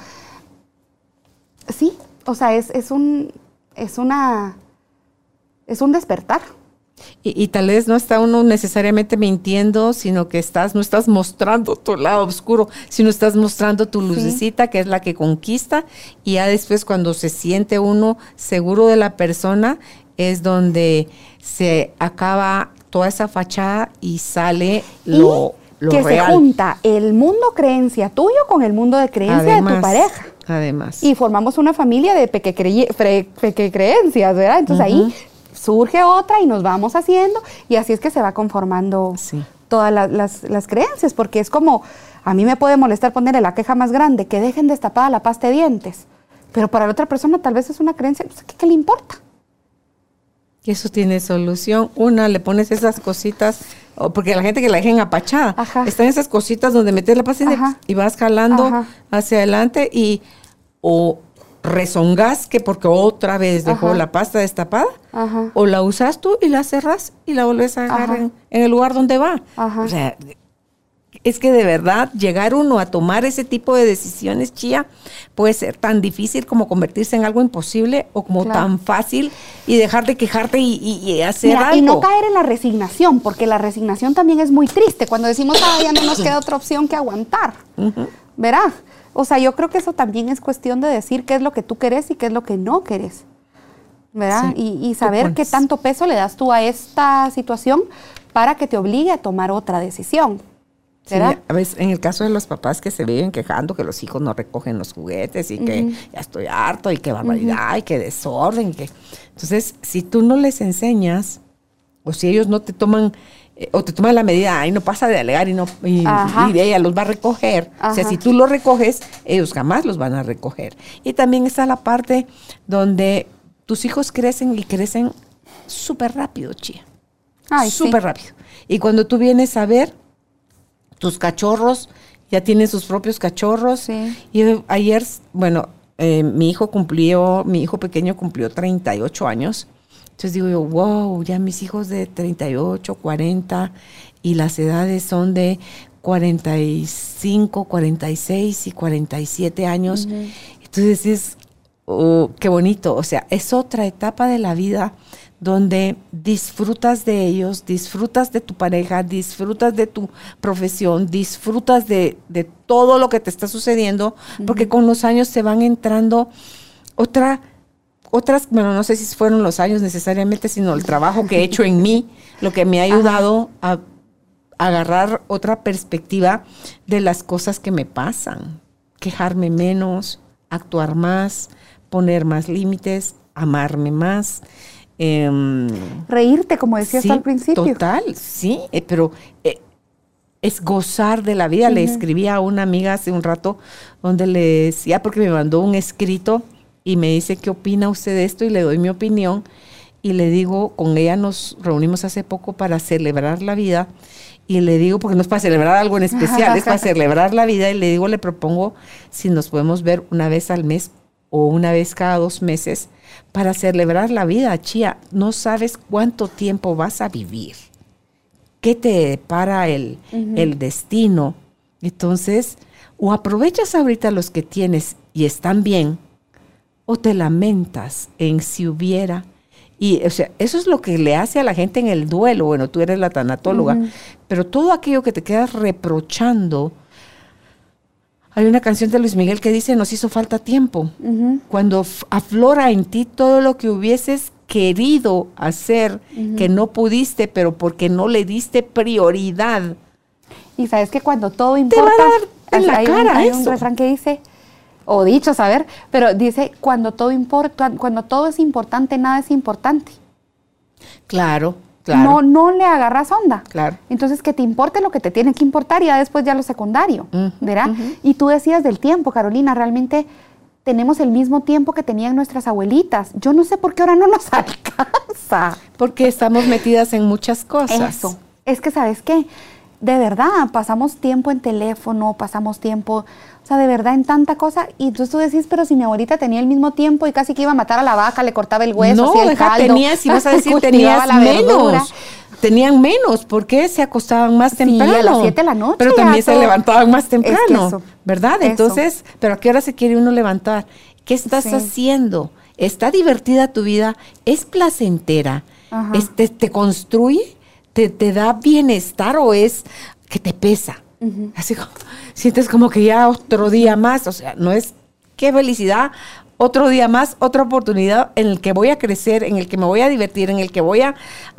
sí, o sea, es un despertar. Y tal vez no está uno necesariamente mintiendo, sino que no estás mostrando tu lado oscuro, sino estás mostrando tu lucecita, que es la que conquista, y ya después cuando se siente uno seguro de la persona, es donde se acaba toda esa fachada y sale lo que real. Se junta el mundo creencia tuyo con el mundo de creencia de tu pareja. Además. Y formamos una familia de pequeñas, ¿verdad? Entonces ahí surge otra y nos vamos haciendo, y así es que se va conformando todas las creencias, porque es como, a mí me puede molestar ponerle la queja más grande, que dejen destapada la pasta de dientes, pero para la otra persona tal vez es una creencia, pues, ¿qué le importa? Eso tiene solución. Una, le pones esas cositas, porque la gente que la dejen apachada, están esas cositas donde metes la pasta y vas jalando hacia adelante, o rezongas que porque otra vez dejó la pasta destapada, o la usas tú y la cerras y la vuelves a agarrar en el lugar donde va. O sea, es que de verdad llegar uno a tomar ese tipo de decisiones, Chía, puede ser tan difícil como convertirse en algo imposible, o como tan fácil y dejar de quejarte y hacer algo. Y no caer en la resignación, porque la resignación también es muy triste cuando decimos, ya no nos queda otra opción que aguantar. ¿Verdad? O sea, yo creo que eso también es cuestión de decir qué es lo que tú querés y qué es lo que no querés, ¿verdad? Y saber qué tanto peso le das tú a esta situación para que te obligue a tomar otra decisión, ¿verdad? Sí, a veces en el caso de los papás que se viven quejando que los hijos no recogen los juguetes y que ya estoy harto y qué barbaridad y qué desorden. Entonces, si tú no les enseñas, o si ellos no te toman... o te toman la medida, no pasa de alegar y ella los va a recoger. O sea, si tú los recoges, ellos jamás los van a recoger. Y también está la parte donde tus hijos crecen y crecen súper rápido, Chía. Súper rápido. Y cuando tú vienes a ver, tus cachorros ya tienen sus propios cachorros. Sí. Y ayer, mi hijo pequeño cumplió 38 años. Entonces digo yo, wow, ya mis hijos de 38, 40, y las edades son de 45, 46 y 47 años. Entonces es, qué bonito. O sea, es otra etapa de la vida donde disfrutas de ellos, disfrutas de tu pareja, disfrutas de tu profesión, disfrutas de todo lo que te está sucediendo, porque con los años te van entrando otras, no sé si fueron los años necesariamente, sino el trabajo que he hecho en mí, lo que me ha ayudado a agarrar otra perspectiva de las cosas que me pasan, quejarme menos, actuar más, poner más límites, amarme más. Reírte, como decías al principio. Total, sí, pero es gozar de la vida. Le escribí a una amiga hace un rato donde le decía, porque me mandó un escrito, y me dice, ¿qué opina usted de esto? Y le doy mi opinión, y le digo, con ella nos reunimos hace poco para celebrar la vida, y le digo, porque no es para celebrar algo en especial, es para celebrar la vida, y le digo, le propongo si nos podemos ver una vez al mes o una vez cada 2 meses para celebrar la vida, Chía. No sabes cuánto tiempo vas a vivir, qué te depara el destino. Entonces, o aprovechas ahorita los que tienes y están bien, o te lamentas en si hubiera. Y, o sea, eso es lo que le hace a la gente en el duelo. Bueno, tú eres la tanatóloga, pero todo aquello que te quedas reprochando. Hay una canción de Luis Miguel que dice, nos hizo falta tiempo. Cuando aflora en ti todo lo que hubieses querido hacer, que no pudiste, pero porque no le diste prioridad. Y sabes que cuando todo importa, te va a dar en la cara hay eso. Un refrán que dice, o dicho, saber, pero dice, cuando todo importa, cuando todo es importante, nada es importante. Claro. No le agarras onda. Claro. Entonces, que te importe lo que te tiene que importar y ya después ya lo secundario, ¿verdad? Y tú decías del tiempo, Carolina, realmente tenemos el mismo tiempo que tenían nuestras abuelitas. Yo no sé por qué ahora no nos alcanza. Porque estamos metidas en muchas cosas. Eso. Es que, ¿sabes qué? De verdad, pasamos tiempo en teléfono, pasamos tiempo, o sea, de verdad en tanta cosa. Y entonces tú decís, pero si mi abuelita tenía el mismo tiempo y casi que iba a matar a la vaca, le cortaba el hueso, no, hacía el caldo. Si vas a decir, tenías menos. Tenían menos, porque se acostaban más temprano. Sí, a las 7 de la noche. Pero también se levantaban más temprano, es que eso, ¿verdad? Entonces, ¿pero a qué hora se quiere uno levantar? ¿Qué estás haciendo? ¿Está divertida tu vida? ¿Es placentera? Ajá. ¿Te construye? ¿Te da bienestar o es que te pesa? Uh-huh. Así como, sientes como que ya otro día más, o sea, no es qué felicidad, otro día más, otra oportunidad en el que voy a crecer, en el que me voy a divertir, en el que voy a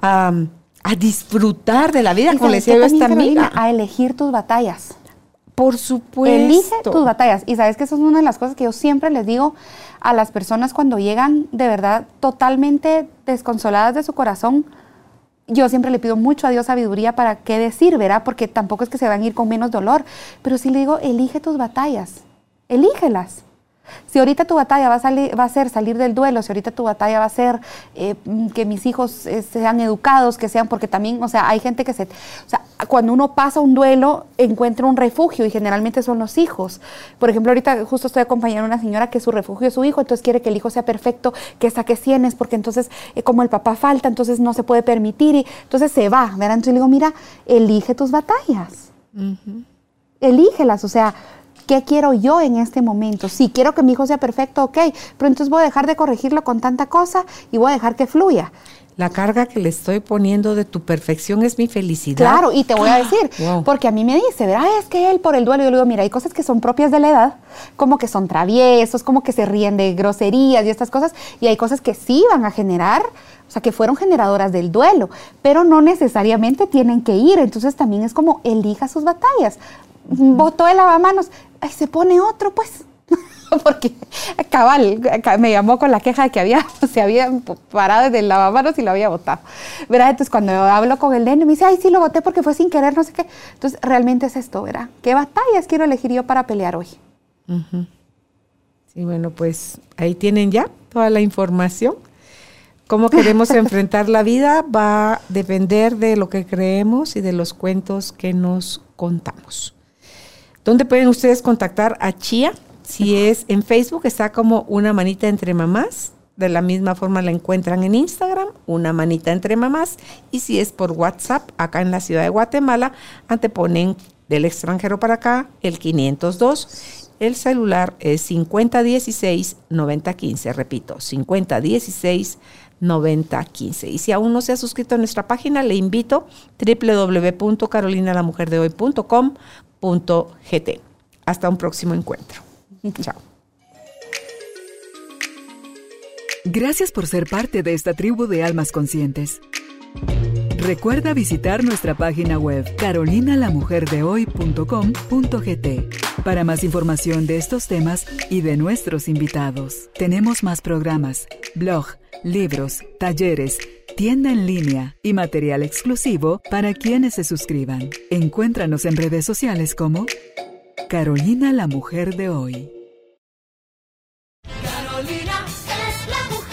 disfrutar de la vida, como le decía yo a esta amiga. A elegir tus batallas. Por supuesto. Elige tus batallas. Y sabes que eso es una de las cosas que yo siempre les digo a las personas cuando llegan de verdad totalmente desconsoladas de su corazón. Yo siempre le pido mucho a Dios sabiduría para qué decir, ¿verdad? Porque tampoco es que se van a ir con menos dolor. Pero sí le digo, elige tus batallas. Elígelas. Si ahorita tu batalla va a ser salir del duelo, si ahorita tu batalla va a ser que mis hijos sean educados, que sean, porque también, o sea, hay gente que cuando uno pasa un duelo, encuentra un refugio y generalmente son los hijos. Por ejemplo, ahorita justo estoy acompañando a una señora que su refugio es su hijo, entonces quiere que el hijo sea perfecto, que saque 100, porque entonces como el papá falta, entonces no se puede permitir y entonces se va, ¿verdad? Entonces le digo, mira, elige tus batallas. Uh-huh. Elígelas, o sea, ¿qué quiero yo en este momento? Si quiero que mi hijo sea perfecto, ok, pero entonces voy a dejar de corregirlo con tanta cosa y voy a dejar que fluya. La carga que le estoy poniendo de tu perfección es mi felicidad. Claro, y te voy a decir, porque a mí me dice, ¿verdad? Es que él por el duelo, yo le digo, mira, hay cosas que son propias de la edad, como que son traviesos, como que se ríen de groserías y estas cosas, y hay cosas que sí van a generar, o sea, que fueron generadoras del duelo, pero no necesariamente tienen que ir, entonces también es como elija sus batallas. Botó el lavamanos, ay, se pone otro, pues. Porque cabal me llamó con la queja de que se había parado desde el lavamanos y lo había botado, ¿verdad? Entonces cuando hablo con el nene me dice, ay, sí, lo boté porque fue sin querer, no sé qué. Entonces realmente es esto, ¿verdad? ¿Qué batallas quiero elegir yo para pelear hoy? Uh-huh. Sí, bueno, pues ahí tienen ya toda la información. Cómo queremos enfrentar la vida va a depender de lo que creemos y de los cuentos que nos contamos. ¿Dónde pueden ustedes contactar a Chía? Si es en Facebook, está como Una Manita Entre Mamás. De la misma forma la encuentran en Instagram, Una Manita Entre Mamás. Y si es por WhatsApp, acá en la ciudad de Guatemala, anteponen del extranjero para acá el 502. El celular es 5016-9015. Repito, 5016-9015. Y si aún no se ha suscrito a nuestra página, le invito www.carolinalamujerdehoy.com.gt. Hasta un próximo encuentro. Chao. Gracias por ser parte de esta tribu de almas conscientes. Recuerda visitar nuestra página web carolinalamujerdehoy.com.gt para más información de estos temas y de nuestros invitados. Tenemos más programas, blog, libros, talleres, tienda en línea y material exclusivo para quienes se suscriban. Encuéntranos en redes sociales como Carolina la Mujer de Hoy. Carolina es la mujer.